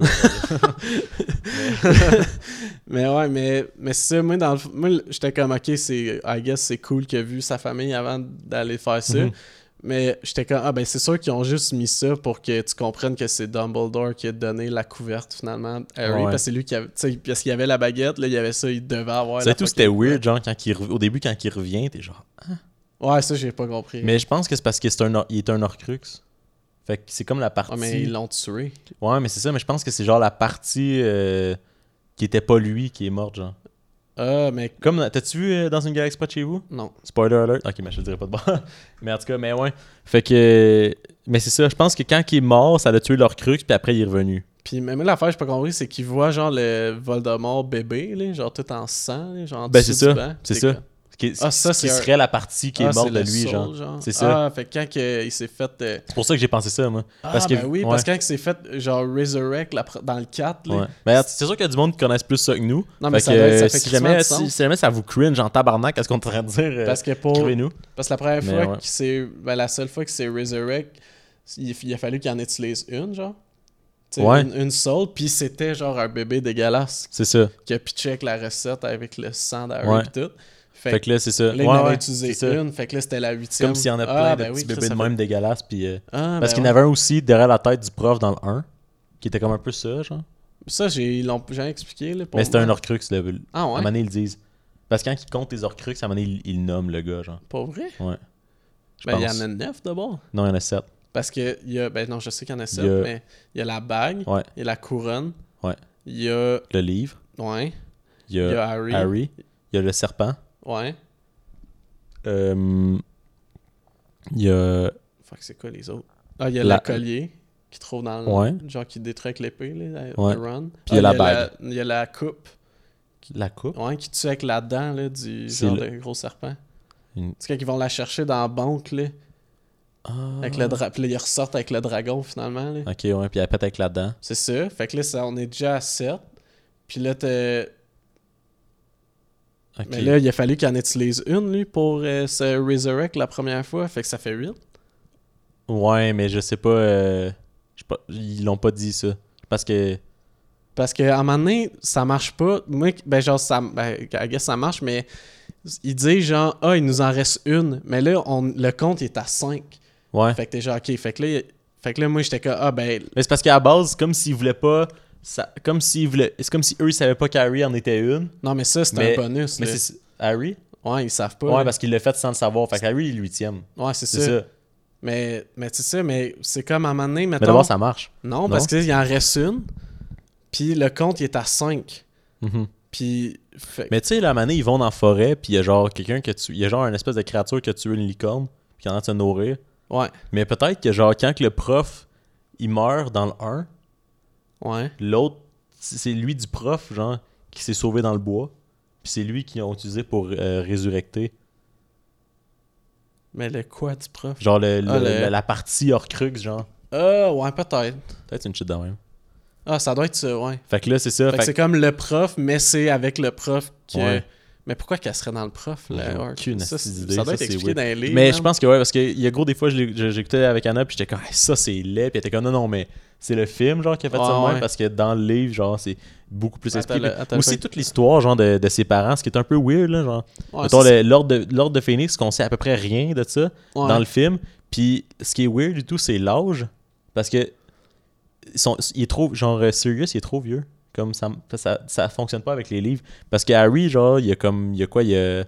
Mais ouais, mais, mais c'est ça, moi, dans le... moi, j'étais comme, ok, c'est, I guess c'est cool qu'il a vu sa famille avant d'aller faire ça. Mhm. Mais j'étais comme, ah ben c'est sûr qu'ils ont juste mis ça pour que tu comprennes que c'est Dumbledore qui a donné la couverte finalement à Harry. Ouais. Parce que c'est lui qui avait, tu sais, parce qu'il y avait la baguette, là, il y avait ça, il devait avoir C'est la tout, c'était fucking weird, genre, quand il rev- au début, quand il revient, t'es genre... couverte. Ouais, ça, j'ai pas compris. Mais je pense que c'est parce qu'il est un, or- il est un Horcrux. Fait que c'est comme la partie... Ah, mais ils l'ont tué. Ouais, mais c'est ça, mais je pense que c'est genre la partie euh, qui était pas lui qui est morte, genre. Ah, mais Comme, t'as-tu vu euh, Dans une galaxie pas de chez vous? non. Spoiler alert. Ok, mais je te dirai pas de bord. Mais en tout cas, mais ouais. Fait que... Mais c'est ça, je pense que quand il est mort, ça l'a tué l'Horcrux, puis après il est revenu. Puis même l'affaire, j'ai pas compris, c'est qu'il voit genre le Voldemort bébé, là, genre tout en sang, là, genre en Ben, dessous c'est du ça. banc. C'est T'es ça. comme- Qui, Ah, ça, qui c'est un- serait la partie qui Ah, est morte c'est de le lui, soul, genre. genre. C'est ça. Ah, fait que quand que il s'est fait... euh, C'est pour ça que j'ai pensé ça, moi. Ah, parce que, ben oui, ouais. parce que quand il s'est fait, genre, resurrect la pr- dans le quatre, là... Ouais. Mais c'est sûr qu'il y a du monde qui connaissent plus ça que nous. Non, mais fait ça que, doit être- ça euh, fait si, crissement jamais, de si, sens. si jamais ça vous cringe en tabarnak, est-ce qu'on est en train de dire euh, Parce que pour... écrivez-nous? Parce que la première Mais fois ouais. qu'il s'est... Ben, la seule fois qu'il s'est resurrect, il, il a fallu qu'il en utilise une, genre. Tu sais, Ouais. Une, une seule, puis c'était genre un bébé dégueulasse C'est ça. qui a pitché avec la recette avec le sang d'Harry Ouais. et tout. Fait, Fait que là, c'est ça. là, il Ouais, en avait ouais, utilisé c'est ça. une, fait que là, c'était la huitième. Comme s'il y en a Ah, plein de ben oui, petits Chris, bébés ça de fait- même dégueulasses. Puis, euh, Ah, parce ben qu'il y en ouais. avait un aussi derrière la tête du prof dans le un, qui était comme un peu ça, genre. Ça, j'ai, ils l'ont jamais expliqué, là, pour Mais c'était moi. un Horcrux, là. Ah À un ouais? moment donné, ils le disent. Parce que quand ils comptent les Horcrux, à un moment donné, ils, ils le nomment, le gars, genre. Pas vrai? Ouais. Je Ben, il y pense. en a neuf d'abord. Non, il y en a sept. Parce que, il y a... Ben non, je sais qu'il y en a sept, Il y a- mais il y a la bague, Ouais. il y a la couronne, Ouais. il y a... Le livre. Ouais. Il y Il y a, a Harry. Harry. Il y a le serpent. Ouais. Euh, il y a. Fuck, c'est quoi les autres? Ah, il y a La- le collier qu'il trouve dans le... Ouais. Genre qui détruit avec l'épée, là, Ouais. le run. Puis il y a la Ah, bague. Il y a la coupe. La coupe. Ouais, qui tue avec la dent, là, du C'est genre le- de gros serpent. Une- Tu sais, quand ils vont la chercher dans la banque, là, Ah. avec le dra... Puis là, ils ressortent avec le dragon, finalement, là. Ok, ouais, puis elle pète avec là-dedans. C'est ça. Fait que là, ça, on est déjà à sept. Puis là, t'as... Ok. Mais là, il a fallu qu'il en utilise une, lui, pour euh, se resurrect la première fois. Fait que ça fait huit. Ouais, mais je sais pas. euh, je sais pas ils l'ont pas dit ça. Parce que. Parce qu'à un moment donné, ça marche pas. Moi, ben genre, ça, ben, I guess ça marche, mais il dit genre, ah, il nous en reste une. Mais là, on, le compte, il est à cinq. Ouais. Fait que t'es genre, ok. Fait que là, fait que là moi, j'étais comme, ah, ben, Mais c'est parce qu'à la base, c'est comme s'ils voulaient pas. Ça, comme s'ils voulaient. C'est comme si eux, ils savaient pas qu'Harry en était une. non, mais ça, c'est Mais- un bonus. Mais là. c'est. Harry? Ouais, ils savent pas. Ouais, là. parce qu'il l'a fait sans le savoir. Fait qu'Harry, il est huitième. Ouais, c'est C'est ça. ça. Mais, mais c'est ça, mais c'est comme à un moment donné, Mais mettons... d'abord, ça marche. Non, parce qu'il en reste une. Puis le compte, il est à cinq. Mhm. Puis... fait- Mais tu sais, là, à un moment donné, ils vont dans la forêt, puis il y a genre quelqu'un qui a tué. Il y a genre une espèce de créature qui a tué une licorne, puis qui en a de se nourrir. Ouais, Mais peut-être que genre, quand que le prof, il meurt dans le un, ouais. l'autre, c'est lui du prof, genre, qui s'est sauvé dans le bois. Puis c'est lui qu'ils ont utilisé pour euh, résurrecter. Mais le quoi du prof? Genre le, le- Ah, le- le- la partie Horcrux, genre. Ah, ouais, peut-être. Peut-être une shit de même. Ah, ça doit être ça, ouais. Fait que là, c'est ça. Fait Fait que c'est comme le prof, mais c'est avec le prof que... Ouais. Mais pourquoi qu'elle serait dans le prof, J'ai là? aucune ça, astuce c'est- d'idée, ça doit ça, être c'est expliqué weird. dans les livres. Mais man. je pense que ouais, parce qu'il y a gros des fois, je l'ai- je- j'écoutais avec Anna, puis j'étais comme, Hey, ça c'est laid, puis elle était comme, non, non, mais c'est le film, genre, qui a fait ça de Ouais, même, ouais. parce que dans le livre, genre, c'est beaucoup plus Attends, expliqué. le- attends, Aussi, le- toute l'histoire, genre, de, de ses parents, ce qui est un peu weird, là, genre. Ouais, Mettons, c'est- le- l'ordre de, l'ordre de Phoenix, qu'on sait à peu près rien de ça ouais. dans le film. Puis ce qui est weird du tout, c'est l'âge, parce que ils sont, il est trop, genre, euh, Sirius, il est trop vieux. Comme ça, ça, ça fonctionne pas avec les livres. Parce que Harry, genre, il y a comme, il y a quoi, il y a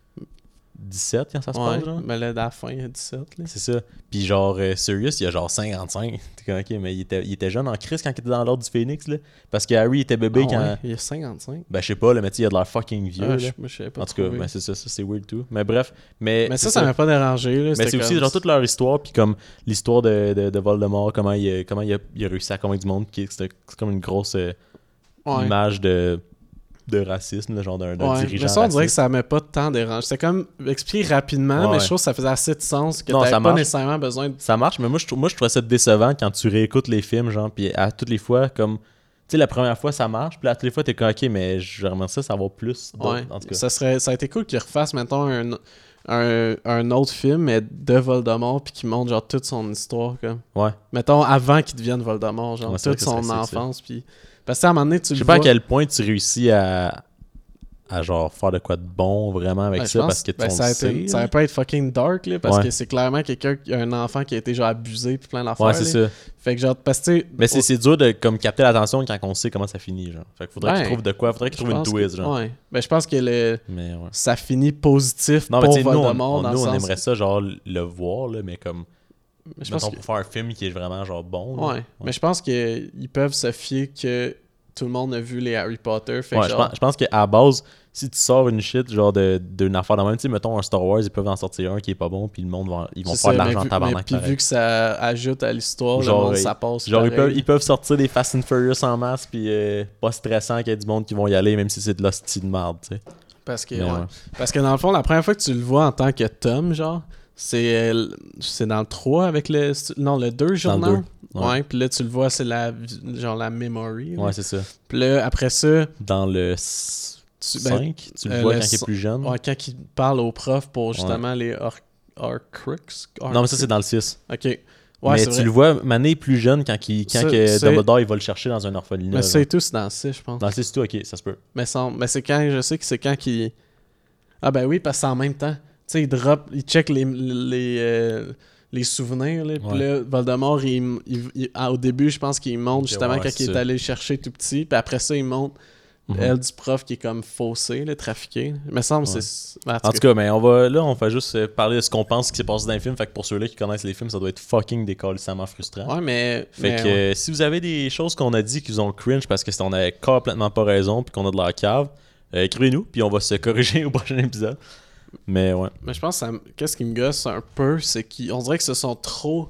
dix-sept quand ça se Ouais, passe, genre? mais là, à la fin, il y a dix-sept, là. C'est ça. Puis genre, euh, Sirius, il a genre cinquante-cinq. T'es comme, ok, mais il était, il était jeune en crise quand il était dans l'ordre du Phénix, là. Parce que Harry était bébé Ah quand... ouais, il y a cinquante-cinq. Ben, je sais pas, là, mais tu sais, il a de l'air fucking vieux, Ah, là. je, moi, je savais pas En tout cas, trouvé. ben, c'est ça, ça c'est weird tout. Mais bref, mais... Mais ça, c'est ça m'a pas dérangé, là. Mais c'était c'est aussi comme- genre toute leur histoire, puis comme l'histoire de, de, de Voldemort, comment, il, a- comment il, a, il a réussi à convaincre du monde, qui c'est c'est comme une grosse euh, Ouais. image de, de racisme, là, genre d'un d'un Ouais, dirigeant mais ça, on dirait que raciste. ça m'a pas tant dérangé. C'était comme expliqué rapidement, Ouais. mais je trouve que ça faisait assez de sens que Non, t'avais ça pas marche. nécessairement besoin de... Ça marche, mais moi je, trou- moi, je trouvais ça décevant quand tu réécoutes les films, genre, puis à toutes les fois, comme... Tu sais, la première fois, ça marche, puis à toutes les fois, t'es comme, ok, mais j'aimerais ça savoir plus. d'autres, Ouais. En tout cas. Ça, serait, ça a été cool qu'ils refassent, mettons, un, un, un autre film, mais de Voldemort, puis qu'ils montrent, genre, toute son histoire, comme. Ouais. Mettons, avant qu'il devienne Voldemort, genre, Ouais, c'est vrai toute que ça son serait sick, enfance, puis... Parce que, à un moment donné, tu Je sais le pas à vois... quel point tu réussis à, à genre faire de quoi de bon vraiment avec Ouais, je ça, pense- parce que tu ben, on ça, a le sait. été, ça là. va pas être fucking dark, là, parce Ouais. que c'est clairement quelqu'un, qui- un enfant qui a été, genre, abusé, puis plein d'affaires, Ouais, c'est là. ça. Fait que, genre, parce que, tu sais... Mais c'est au- c'est dur de comme capter l'attention quand on sait comment ça finit, genre. Fait qu'il faudrait Ouais. qu'il trouve de quoi, faudrait qu'il je trouve une pense que- twist, genre. Ouais. Ben, je pense que le... Mais ouais. ça finit positif Non, mais pour tu sais, nous, on, Voldemort, on- dans nous, le on sens... aimerait ça, genre, le voir, là, mais comme, Mais je pense mettons, que... pour faire un film qui est vraiment, genre, bon. là. Ouais. mais je pense qu'ils peuvent se fier que tout le monde a vu les Harry Potter. Fait Ouais, que je genre, pense, je pense qu'à la base, si tu sors une shit genre de, d'une affaire de même, tu sais, mettons un Star Wars, ils peuvent en sortir un qui est pas bon, puis le monde va, ils vont c'est faire ça, de mais l'argent vu- en tabarnak. mais Puis pareil. vu que ça ajoute à l'histoire, Genre, le monde, ils- ça passe. Genre, ils pareil. peuvent, ils peuvent sortir des Fast and Furious en masse, puis euh, pas stressant qu'il y ait du monde qui vont y aller, même si c'est de l'hostie de merde, tu sais. Parce que, Mais ouais. ouais. Parce que dans le fond, la première fois que tu le vois en tant que Tom, genre, c'est, euh, c'est dans le trois avec le. Non, le deux, Dans le journal. deux, Ouais. ouais. Puis là, tu le vois, c'est la. Genre la memory. là. Ouais, c'est ça. Puis là, après ça, Dans le tu, ben, cinq, tu le euh, vois le quand il est cin- plus jeune. ouais, quand il parle au prof pour justement les Or- Horcrux. Non, mais ça, c'est dans le six. Ok. Ouais, mais c'est tu vrai. le vois, Mané plus jeune quand, il, quand Ça, que c'est- Dumbledore il va le chercher dans un orphelinat. Mais genre. ça et tout, c'est dans le six, je pense. Dans le six, c'est tout, ok, ça se peut. Mais, sans- mais c'est quand, je sais que c'est quand qu'il. Ah ben oui, parce que c'est en même temps. Tu sais, il drop, il check les, les, euh, les souvenirs, là. Puis Ouais. là, Voldemort, il, il- il- ah, au début, je pense qu'il monte Ok, justement ouais, quand c'est il est ça. allé le chercher tout petit. Puis après ça, il monte Mhm. elle du prof qui est comme faussé, là, trafiqué. Il me semble que Ouais. c'est. ben, En tout cas, mais on va là, on va juste euh, parler de ce qu'on pense qui s'est passé dans les films. Fait que pour ceux-là qui connaissent les films, ça doit être fucking décalissamment frustrant. Ouais, mais. Fait mais que ouais. euh, si vous avez des choses qu'on a dit qui vous ont cringe parce que c'est- on avait complètement pas raison puis qu'on a de la cave, euh, écrivez-nous puis on va se corriger au prochain épisode. Mais ouais. Mais je pense que ça me- qu'est-ce qui me gosse un peu, c'est qu'on dirait que ce sont trop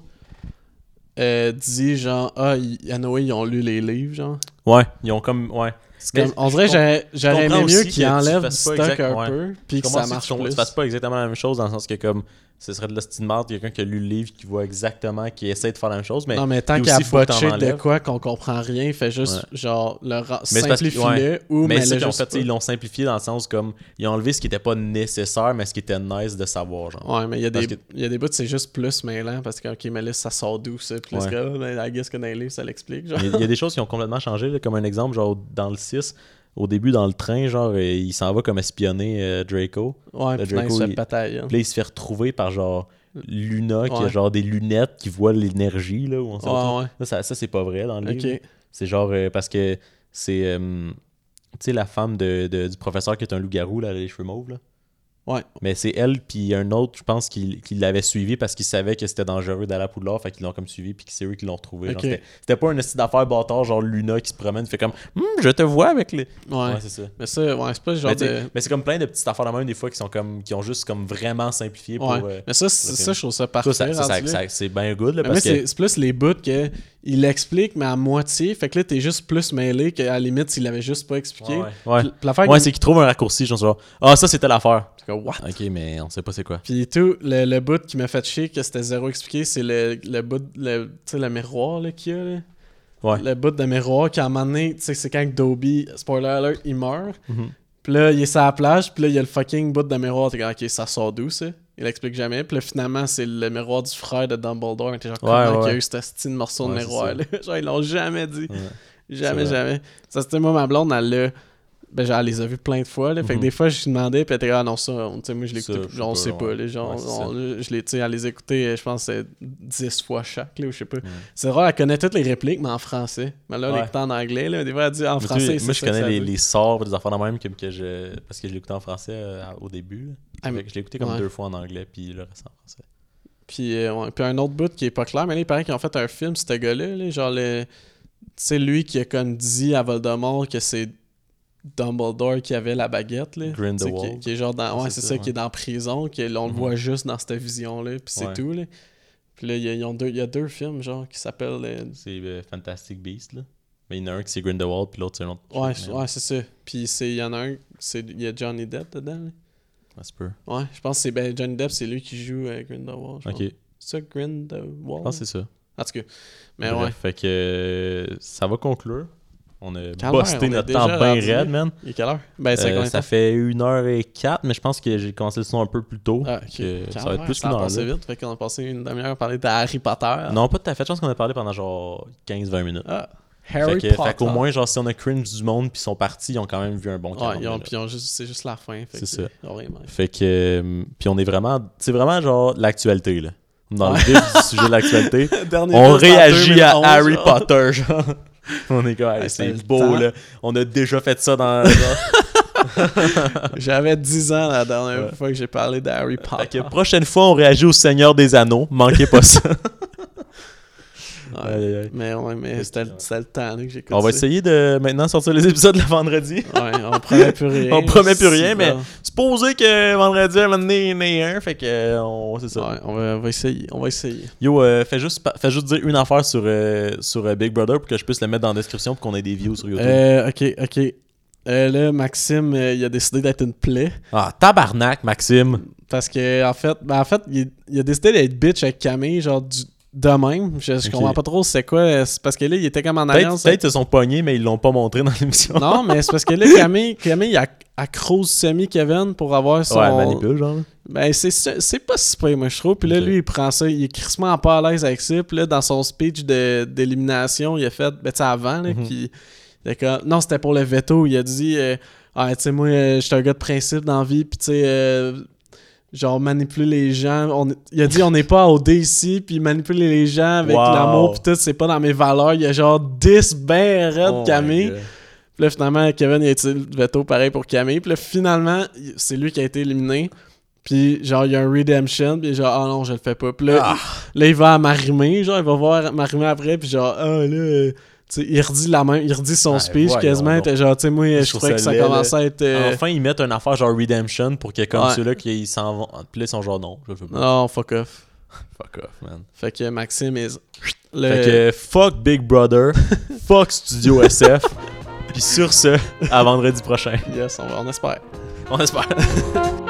euh, dit genre ah ils, à Noé ils ont lu les livres genre. Ouais, ils ont comme ouais. C'est Mais comme, on dirait que je j'aurais, j'aurais comprends aimé mieux aussi qu'ils que tu enlèvent du fasses pas stock exact- un ouais. peu puis que Comment ça ça marche tu, plus. tu fasses pas exactement la même chose dans le sens que comme ce serait de la style marde quelqu'un qui a lu le livre qui voit exactement qui essaie de faire la même chose mais non mais tant puis qu'à aussi, faut que t'en botcher de enlèves. quoi qu'on comprend rien, fait juste genre le ra- Mais c'est parce que- simplifie-le ou mais mais c'est ça le qu'ils ont juste fait, tu sais, pas. ils l'ont simplifié dans le sens comme ils ont enlevé ce qui était pas nécessaire mais ce qui était nice de savoir genre. Ouais, mais il y a Parce des que- il y a des bouts c'est juste plus mêlant parce que OK, mais là ça sort d'où ça puis là Ouais. c'est comme, ben, I guess que dans les livres ça l'explique genre. Il y a- il y a des choses qui ont complètement changé là, comme un exemple genre dans le six au début dans le train genre euh, il s'en va comme espionner euh, Draco. Ouais, le puis là, il Draco, se fait il- péter la gueule. Puis là, il se fait retrouver par genre Luna qui a Ouais. genre des lunettes qui voient l'énergie là où on sait pas trop. Ouais, ouais. Ça, ça, ça, c'est pas vrai dans le livre. OK. C'est genre euh, parce que c'est euh, tu sais la femme de, de- du professeur qui est un loup-garou là, les cheveux mauves là. Ouais. Mais c'est elle puis un autre, je pense qui qui l'avait suivi parce qu'il savait que c'était dangereux d'aller à Poudlard, fait qu'ils l'ont comme suivi puis que c'est eux qui l'ont retrouvé. Genre, Ok. c'était, c'était pas un esti d'affaires bâtard genre Luna qui se promène fait comme Hum, je te vois avec les. Ouais. Ouais, c'est ça. Mais ça, ouais, c'est pas le genre Mais, tu sais, de. mais c'est comme plein de petites affaires de même des fois qui sont comme qui ont juste comme vraiment simplifié pour Ouais. euh, Mais ça, c'est- le ça, film. je trouve ça parfait. ça, ça, ça, rendu là. ça- c'est bien good là, Mais moi, parce que c'est c'est plus les bouts que il l'explique, mais à moitié. Fait que là, t'es juste plus mêlé qu'à la limite s'il l'avait juste pas expliqué. ouais, ouais. Puis l'affaire Ouais, qui- c'est qu'ils trouvent un raccourci, genre, genre ah ça c'était l'affaire. c'est comme, what? Ok, mais on sait pas c'est quoi. Puis tout, le, le bout qui m'a fait chier, que c'était zéro expliqué, c'est le, le bout, le, tu sais, le miroir là, qu'il y a. Là. Ouais. Le bout de miroir qui, à un moment donné, tu sais, c'est quand Dobby, spoiler alert, il meurt. Mhm. Puis là, il est sur la plage, puis là, il y a le fucking bout de miroir. T'es comme, ok, ça sort d'où ça? Il explique jamais. Puis là, finalement, c'est le miroir du frère de Dumbledore. Mais t'es genre, Ouais, comment ouais. qu'il y a eu ce style de morceau de Ouais, c'est miroir là? Genre, ils l'ont jamais dit. Ouais. Jamais, C'est vrai. jamais. Ça, c'était moi, ma blonde, elle l'a. Ben, genre, elle les a vus plein de fois, là. Fait que Mhm. des fois, je lui demandais, puis elle était comme, ah non, ça, on- tu sais, moi, je Ça, l'écoutais. je sais Genre, on pas, sait pas, ouais. là. Genre, Ouais, c'est on- je l'ai, tu sais, elle les écoutait, je pense, c'est dix fois chaque, là, ou je sais pas. Ouais. C'est rare, elle connaît toutes les répliques, mais en français. Mais là, elle Ouais. l'écoutait en anglais, là. Des fois, elle dit en Mais tu sais, français, c'est moi je ça que connais ça les, dit. les sorts des affaires de même que, que je parce que je l'écoutais en français euh, au début. là. Ah, Fait que je l'ai écouté comme ouais. deux fois en anglais puis le reste en français. Puis, euh, ouais. Puis un autre bout qui est pas clair, mais là, il paraît qu'ils ont fait un film, ce gars-là, là, genre le... Tu sais, lui qui a comme dit à Voldemort que c'est Dumbledore qui avait la baguette, là. Grindelwald. Tu sais, Qui, qui est genre dans... Ouais, C'est c'est ça, ça, ouais. qui est dans prison, que là, on le Mhm. voit juste dans cette vision-là, puis c'est Ouais. tout, là. Puis là, il y, a- ils ont deux... il y a deux films, genre, qui s'appellent... euh, C'est euh, Fantastic Beast là. Mais il y en a un qui c'est Grindelwald puis l'autre c'est un autre. Ouais, chose, c'est- mais- ouais, c'est ça. Puis c'est- il y en a un, c'est il y a Johnny Depp dedans, là. Ça se peut. Ouais, je pense que c'est ben, Johnny Depp, c'est lui qui joue euh, Grindelwald. je Ok. pense. C'est ça, Grindelwald? Je pense que c'est ça. En tout cas. Mais Bref, ouais. Fait que euh, ça va conclure. On a Calvaire, busté on est notre déjà temps bien rendu. raide, man. Il est quelle heure? Ben, c'est Euh, combien de ça temps? fait une heure et quatre, mais je pense que j'ai commencé le son un peu plus tôt. Ah, ok. que ça va Calvaire, être plus ça qu'une a heure. passé là. vite. Fait qu'on a passé une demi-heure à parler de Harry Potter. Non, pas tout à fait. Je pense qu'on a parlé pendant genre quinze vingt minutes. Ah, Harry fait, que, Potter. fait qu'au moins, genre, si on a cringe du monde puis ils sont partis, ils ont quand même vu un bon Ouais, quarante ils ont, minutes. puis ils ont juste, c'est juste la fin. Fait C'est que ça. ils ont rien manqué. Fait que. euh, puis on est vraiment. C'est vraiment genre l'actualité, là. Dans Ouais. le vif du sujet de l'actualité. Dernier On film, c'est en réagit à deux mille onze, Harry genre. Potter, genre. On est comme, hey, Ouais, c'est c'était beau, le temps. là. On a déjà fait ça dans. genre. J'avais dix ans la dernière Ouais. fois que j'ai parlé de Harry Fait Potter. que prochaine fois, on réagit au Seigneur des Anneaux. Manquez pas ça. Ouais. Aïe, aïe, aïe. Mais ouais, mais c'était, c'était le temps là, que j'écoute On va ça. essayer de maintenant sortir les épisodes le vendredi. Ouais, on promet plus rien. On promet plus rien, Si, mais bon. supposé que vendredi, un moment donné, il y en ait un, fait que euh, on, c'est ça. Ouais, on va, on va essayer. On va essayer. Yo, euh, fais, juste, pa- fais juste dire une affaire sur, euh, sur euh, Big Brother pour que je puisse le mettre dans la description pour qu'on ait des views sur YouTube. Euh, ok, ok. Euh, là, Maxime, euh, il a décidé d'être une plaie. Ah, tabarnak, Maxime. Parce que, en fait, ben, en fait il, il a décidé d'être bitch avec Camille, genre du, de même. Je, je Ok. comprends pas trop c'est quoi. C'est parce que là, il était comme en Peut-être, alliance. peut-être ils se sont pognés, mais ils l'ont pas montré dans l'émission. Non, mais c'est parce que là, Camille, Camille il a accrose semi-Kevin pour avoir son. Ouais, manipule, genre. Ben, c'est, c'est pas si pire, moi, je trouve. Puis là, Ok. lui, il prend ça. Il est crissement pas à l'aise avec ça. Puis là, dans son speech de, d'élimination, il a fait. Ben, tu sais, avant, là, Mhm. qu'il- il a comme- non, c'était pour le veto. Il a dit euh, ah, tu sais, moi, euh, j'étais un gars de principe dans la vie. Puis, tu sais, euh, genre, manipuler les gens. On, il a dit on n'est pas au dé ici. Puis, manipuler les gens avec Wow. l'amour. Puis, tout, c'est pas dans mes valeurs. Il a genre dix ben raide Oh my Camille. God. Puis là, finalement, Kevin, il a utilisé le veto pareil pour Camille. Puis là, finalement, il- c'est lui qui a été éliminé. Puis genre, il y a un redemption. Puis genre, ah non, je le fais pas. Puis là, Ah. il, là, il va à Marimé. Genre, il va voir Marimé après. Puis genre, ah là, euh, tu sais, il redit la même. Il redit son Ouais, speech voyons quasiment. donc. était genre, tu sais, moi, je, trouve trouvais ça que ça laid, commençait à être. euh, Enfin, ils mettent une affaire genre Redemption pour que comme Ouais. ceux-là qui s'en vont. Puis là, ils sont genre non, je le fais pas. Non, fuck off. Fuck off, man. Fait que Maxime is. Le... Fait que fuck Big Brother, fuck Studio S F. Puis sur ce, à vendredi prochain. Yes, on, va- on espère. On espère.